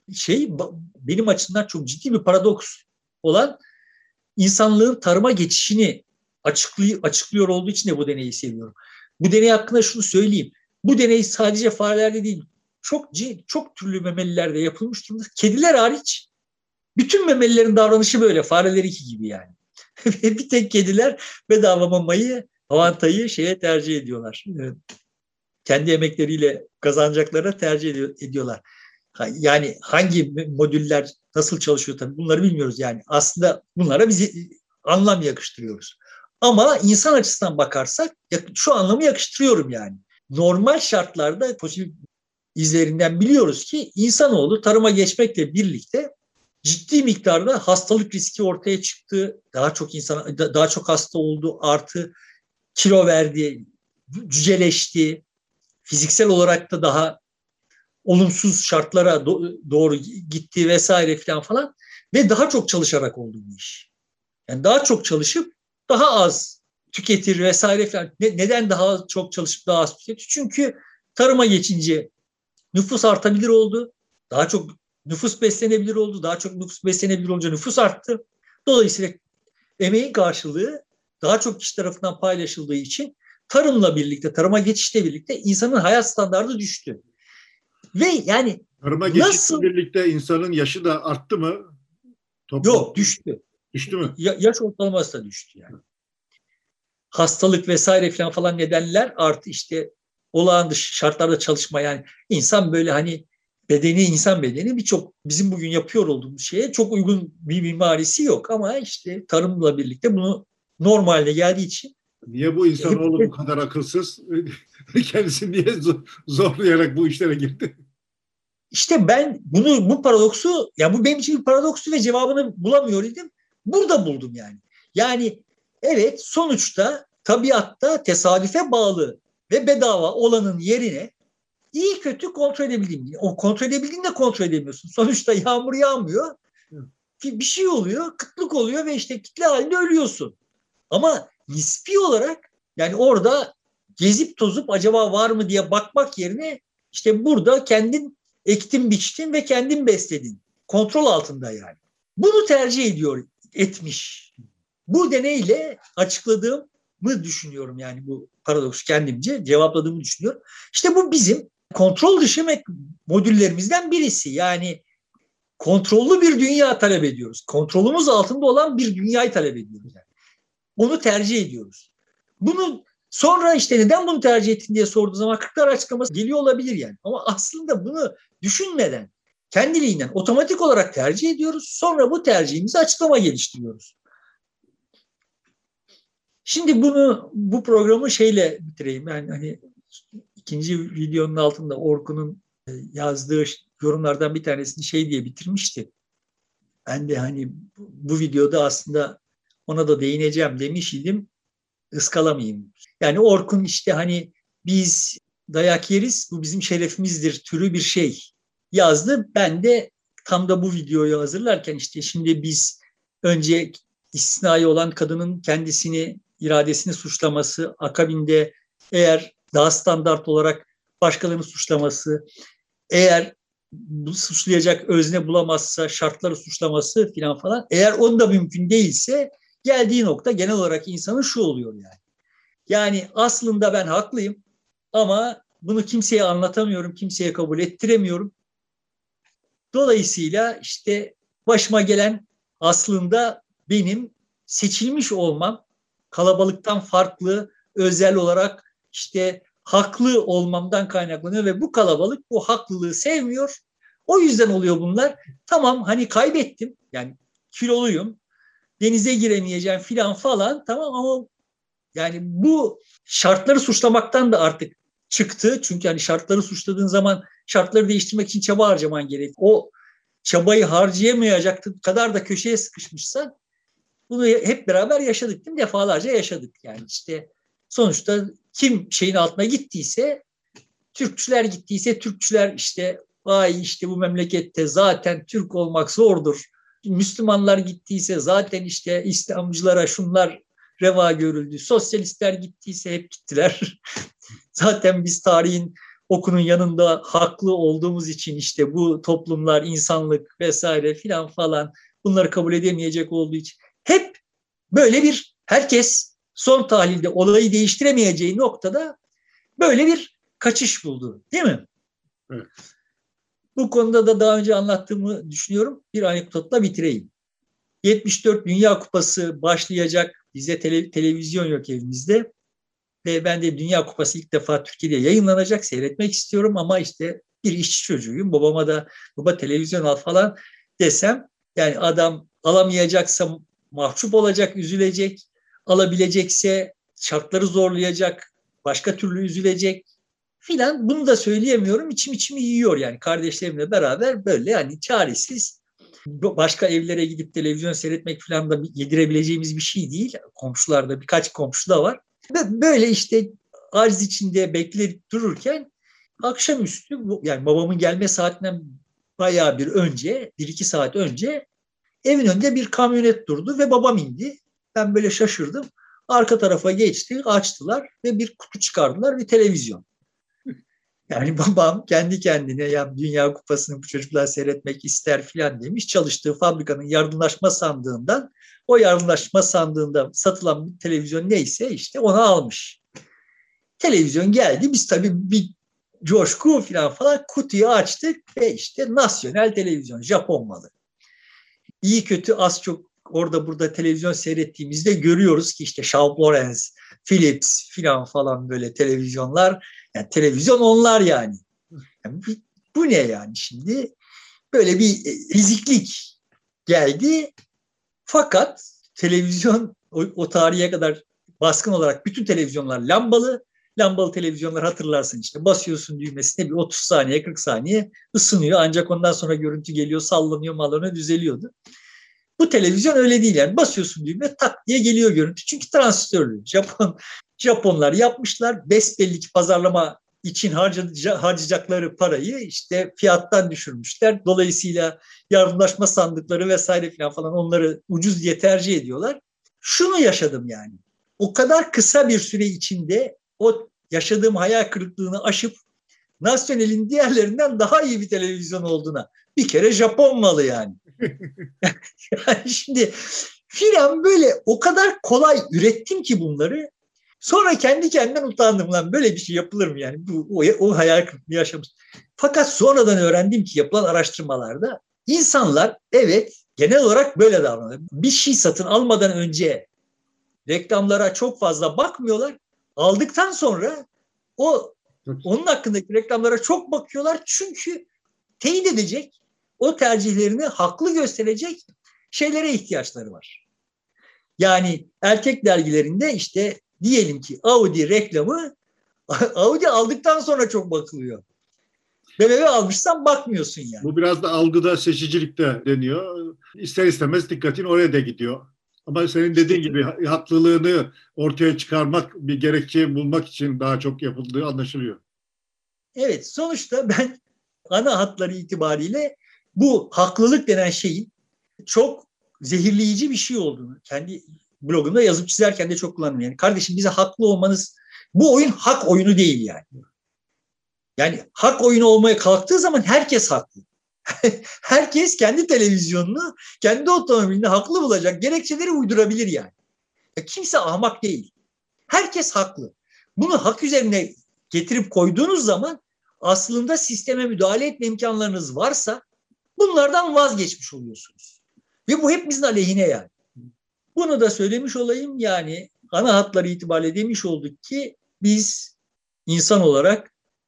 şey benim açımdan çok ciddi bir paradoks olan insanlığın tarıma geçişini açıklıyor, açıklıyor olduğu için de bu deneyi seviyorum. Bu deney hakkında şunu söyleyeyim. Bu deney sadece farelerde değil, çok çok türlü memelilerde yapılmış durumda. Kediler hariç bütün memelilerin davranışı böyle, farelerinki gibi yani. Bir tek kediler bedava mamayı, avantayı şeye tercih ediyorlar. Kendi emekleriyle kazanacaklara tercih ediyorlar. Yani hangi modüller nasıl çalışıyor tabii bunları bilmiyoruz yani. Aslında bunlara biz anlam yakıştırıyoruz. Ama insan açısından bakarsak şu anlamı yakıştırıyorum yani. Normal şartlarda fosil izlerinden biliyoruz ki insanoğlu tarıma geçmekle birlikte ciddi miktarda hastalık riski ortaya çıktı. Daha çok insan, daha çok hasta oldu, artı kilo verdi, cüceleşti. Fiziksel olarak da daha olumsuz şartlara do- doğru gitti vesaire falan falan ve daha çok çalışarak oldu bu iş. Yani daha çok çalışıp daha az tüketir vesaire falan. Ne, neden daha çok çalışıp daha az tüketir? Çünkü tarıma geçince nüfus artabilir oldu. Daha çok nüfus beslenebilir oldu. Daha çok nüfus beslenebilir olunca nüfus arttı. Dolayısıyla emeğin karşılığı daha çok kişi tarafından paylaşıldığı için tarımla birlikte, tarıma geçişle birlikte insanın hayat standardı düştü. Ve yani tarıma nasıl... geçişle birlikte insanın yaşı da arttı mı? Toplum... Yok, düştü. Düştü mü? Ya, yaş ortalaması da düştü yani. Hastalık vesaire falan falan nedenler artı işte olağan dışı şartlarda çalışma yani insan böyle hani bedeni insan bedeni birçok bizim bugün yapıyor olduğumuz şeye çok uygun bir mimarisi yok ama işte tarımla birlikte bunu normalde geldiği için. Niye bu insanoğlu hep, bu kadar akılsız? Kendisi niye zorlayarak bu işlere girdi? İşte ben bunu bu paradoksu ya bu benim için bir paradokstu ve cevabını bulamıyor idim. Burada buldum yani. Yani evet sonuçta tabiatta tesadüfe bağlı ve bedava olanın yerine iyi kötü kontrol edebildiğin. O kontrol edebildiğini de kontrol edemiyorsun. Sonuçta yağmur yağmıyor. Bir şey oluyor, kıtlık oluyor ve işte kitle halinde ölüyorsun. Ama nispi olarak yani orada gezip tozup acaba var mı diye bakmak yerine işte burada kendin ektin biçtin ve kendin besledin. Kontrol altında yani. Bunu tercih ediyor, etmiş. Bu deneyle açıkladığımı düşünüyorum yani bu paradoksu kendimce cevapladığımı düşünüyorum. İşte bu bizim kontrol dışı modüllerimizden birisi. Yani kontrollü bir dünya talep ediyoruz. Kontrolümüz altında olan bir dünyayı talep ediyoruz. Yani. Onu tercih ediyoruz. Bunu sonra işte neden bunu tercih ettin diye sorduğu zaman kırklar açıklaması geliyor olabilir yani. Ama aslında bunu düşünmeden kendiliğinden otomatik olarak tercih ediyoruz. Sonra bu tercihimizi açıklama geliştiriyoruz. Şimdi bunu bu programı şeyle bitireyim. Yani hani ikinci videonun altında Orkun'un yazdığı yorumlardan bir tanesini şey diye bitirmişti. Ben de hani bu videoda aslında ona da değineceğim demiş idim. Iskalamayayım. Yani Orkun işte hani biz dayak yeriz, bu bizim şerefimizdir türü bir şey yazdı. Ben de tam da bu videoyu hazırlarken işte şimdi biz önce istisnai olan kadının kendisini, iradesini suçlaması, akabinde eğer daha standart olarak başkalarını suçlaması, eğer bu suçlayacak özne bulamazsa şartları suçlaması filan falan, eğer onun da mümkün değilse geldiği nokta genel olarak insanın şu oluyor yani. Yani aslında ben haklıyım ama bunu kimseye anlatamıyorum, kimseye kabul ettiremiyorum. Dolayısıyla işte başıma gelen aslında benim seçilmiş olmam, kalabalıktan farklı, özel olarak işte haklı olmamdan kaynaklanıyor ve bu kalabalık bu haklılığı sevmiyor. O yüzden oluyor bunlar. Tamam hani kaybettim yani kiloluyum, denize giremeyeceğim filan falan tamam ama yani bu şartları suçlamaktan da artık çıktı. Çünkü hani şartları suçladığın zaman şartları değiştirmek için çaba harcaman gerek. O çabayı harcayamayacak kadar da köşeye sıkışmışsan bunu hep beraber yaşadık değil mi? Defalarca yaşadık. Yani işte sonuçta kim şeyin altına gittiyse Türkçüler gittiyse Türkçüler işte vay işte bu memlekette zaten Türk olmak zordur. Müslümanlar gittiyse zaten işte İslamcılara şunlar reva görüldü. Sosyalistler gittiyse hep gittiler. Zaten biz tarihin okunun yanında haklı olduğumuz için işte bu toplumlar, insanlık vesaire filan falan bunları kabul edemeyecek olduğu için hep böyle bir herkes son tahlilde olayı değiştiremeyeceği noktada böyle bir kaçış buldu, değil mi? Evet. Bu konuda da daha önce anlattığımı düşünüyorum. Bir anekdotla bitireyim. yetmiş dört Dünya Kupası başlayacak. Bize tele, televizyon yok evimizde. Ve ben de Dünya Kupası ilk defa Türkiye'de yayınlanacak. Seyretmek istiyorum ama işte bir işçi çocuğuyum. Babama da baba televizyon al falan desem yani adam alamayacaksa mahcup olacak, üzülecek. Alabilecekse şartları zorlayacak, başka türlü üzülecek filan. Bunu da söyleyemiyorum. İçim içimi yiyor yani kardeşlerimle beraber böyle yani çaresiz. Başka evlere gidip televizyon seyretmek falan da yedirebileceğimiz bir şey değil. Komşularda birkaç komşu da var. Böyle işte arz içinde bekleyip dururken akşamüstü yani babamın gelme saatinden bayağı bir önce, bir iki saat önce evin önünde bir kamyonet durdu ve babam indi. Ben böyle şaşırdım. Arka tarafa geçti, açtılar ve bir kutu çıkardılar ve televizyon. Yani babam kendi kendine ya Dünya Kupası'nı bu çocuklar seyretmek ister filan demiş. Çalıştığı fabrikanın yardımlaşma sandığından o yardımlaşma sandığında satılan bir televizyon neyse işte onu almış. Televizyon geldi. Biz tabii bir coşku falan falan kutuyu açtık ve işte nasyonel televizyon Japon malı. İyi kötü az çok orada burada televizyon seyrettiğimizde görüyoruz ki işte Shaw Lawrence, Philips filan falan böyle televizyonlar. Yani televizyon onlar yani. Yani bu, bu ne yani şimdi? Böyle bir eziklik geldi. Fakat televizyon o, o tarihe kadar baskın olarak bütün televizyonlar lambalı. Lambalı televizyonlar hatırlarsın işte basıyorsun düğmesine bir otuz saniye kırk saniye ısınıyor. Ancak ondan sonra görüntü geliyor sallanıyor mallanıyor düzeliyordu. Bu televizyon öyle değil yani basıyorsun düğme tak diye geliyor görüntü. Çünkü transistörlü. Japon Japonlar yapmışlar. Besbelli ki pazarlama için harcayacakları parayı işte fiyattan düşürmüşler. Dolayısıyla yardımlaşma sandıkları vesaire falan falan onları ucuz diye tercih ediyorlar. Şunu yaşadım yani. O kadar kısa bir süre içinde o yaşadığım hayal kırıklığını aşıp Nasyonel'in diğerlerinden daha iyi bir televizyon olduğuna. Bir kere Japon malı yani. Yani şimdi filan böyle o kadar kolay ürettim ki bunları. Sonra kendi kendimden utandım lan böyle bir şey yapılır mı yani bu o, o hayal kırıklığı yaşamış. Fakat sonradan öğrendim ki yapılan araştırmalarda insanlar evet genel olarak böyle davranıyor. Bir şey satın almadan önce reklamlara çok fazla bakmıyorlar. Aldıktan sonra o onun hakkındaki reklamlara çok bakıyorlar çünkü teyit edecek, o tercihlerini haklı gösterecek şeylere ihtiyaçları var. Yani erkek dergilerinde işte diyelim ki Audi reklamı Audi aldıktan sonra çok bakılıyor. B M W almışsan bakmıyorsun yani. Bu biraz da algıda, seçicilikte deniyor. İster istemez dikkatin oraya da gidiyor. Ama senin dediğin işte, gibi haklılığını ortaya çıkarmak, bir gerekçe bulmak için daha çok yapıldığı anlaşılıyor. Evet, sonuçta ben ana hatları itibariyle bu haklılık denen şeyin çok zehirleyici bir şey olduğunu kendi blogumda yazıp çizerken de çok kullandım. Yani kardeşim bize haklı olmanız, bu oyun hak oyunu değil yani. Yani hak oyunu olmaya kalktığı zaman herkes haklı. Herkes kendi televizyonunu, kendi otomobilini haklı bulacak gerekçeleri uydurabilir yani. Ya kimse ahmak değil. Herkes haklı. Bunu hak üzerine getirip koyduğunuz zaman aslında sisteme müdahale etme imkanlarınız varsa bunlardan vazgeçmiş oluyorsunuz. Ve bu hepimizin aleyhine yani. Bunu da söylemiş olayım yani ana hatları itibariyle demiş olduk ki biz insan olarak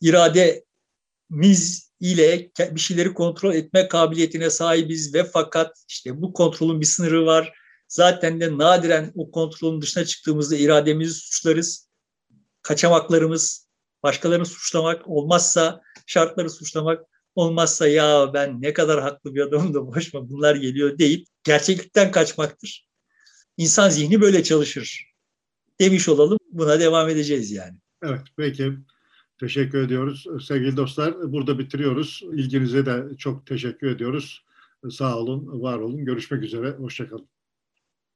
irademiz ile bir şeyleri kontrol etme kabiliyetine sahibiz ve fakat işte bu kontrolün bir sınırı var. Zaten de nadiren o kontrolün dışına çıktığımızda irademizi suçlarız. Kaçamaklarımız, başkalarını suçlamak olmazsa, şartları suçlamak olmazsa ya ben ne kadar haklı bir adamım da başıma bunlar geliyor deyip gerçeklikten kaçmaktır. İnsan zihni böyle çalışır demiş olalım. Buna devam edeceğiz yani. Evet, peki. Teşekkür ediyoruz. Sevgili dostlar, burada bitiriyoruz. İlginize de çok teşekkür ediyoruz. Sağ olun, var olun. Görüşmek üzere. Hoşça kalın.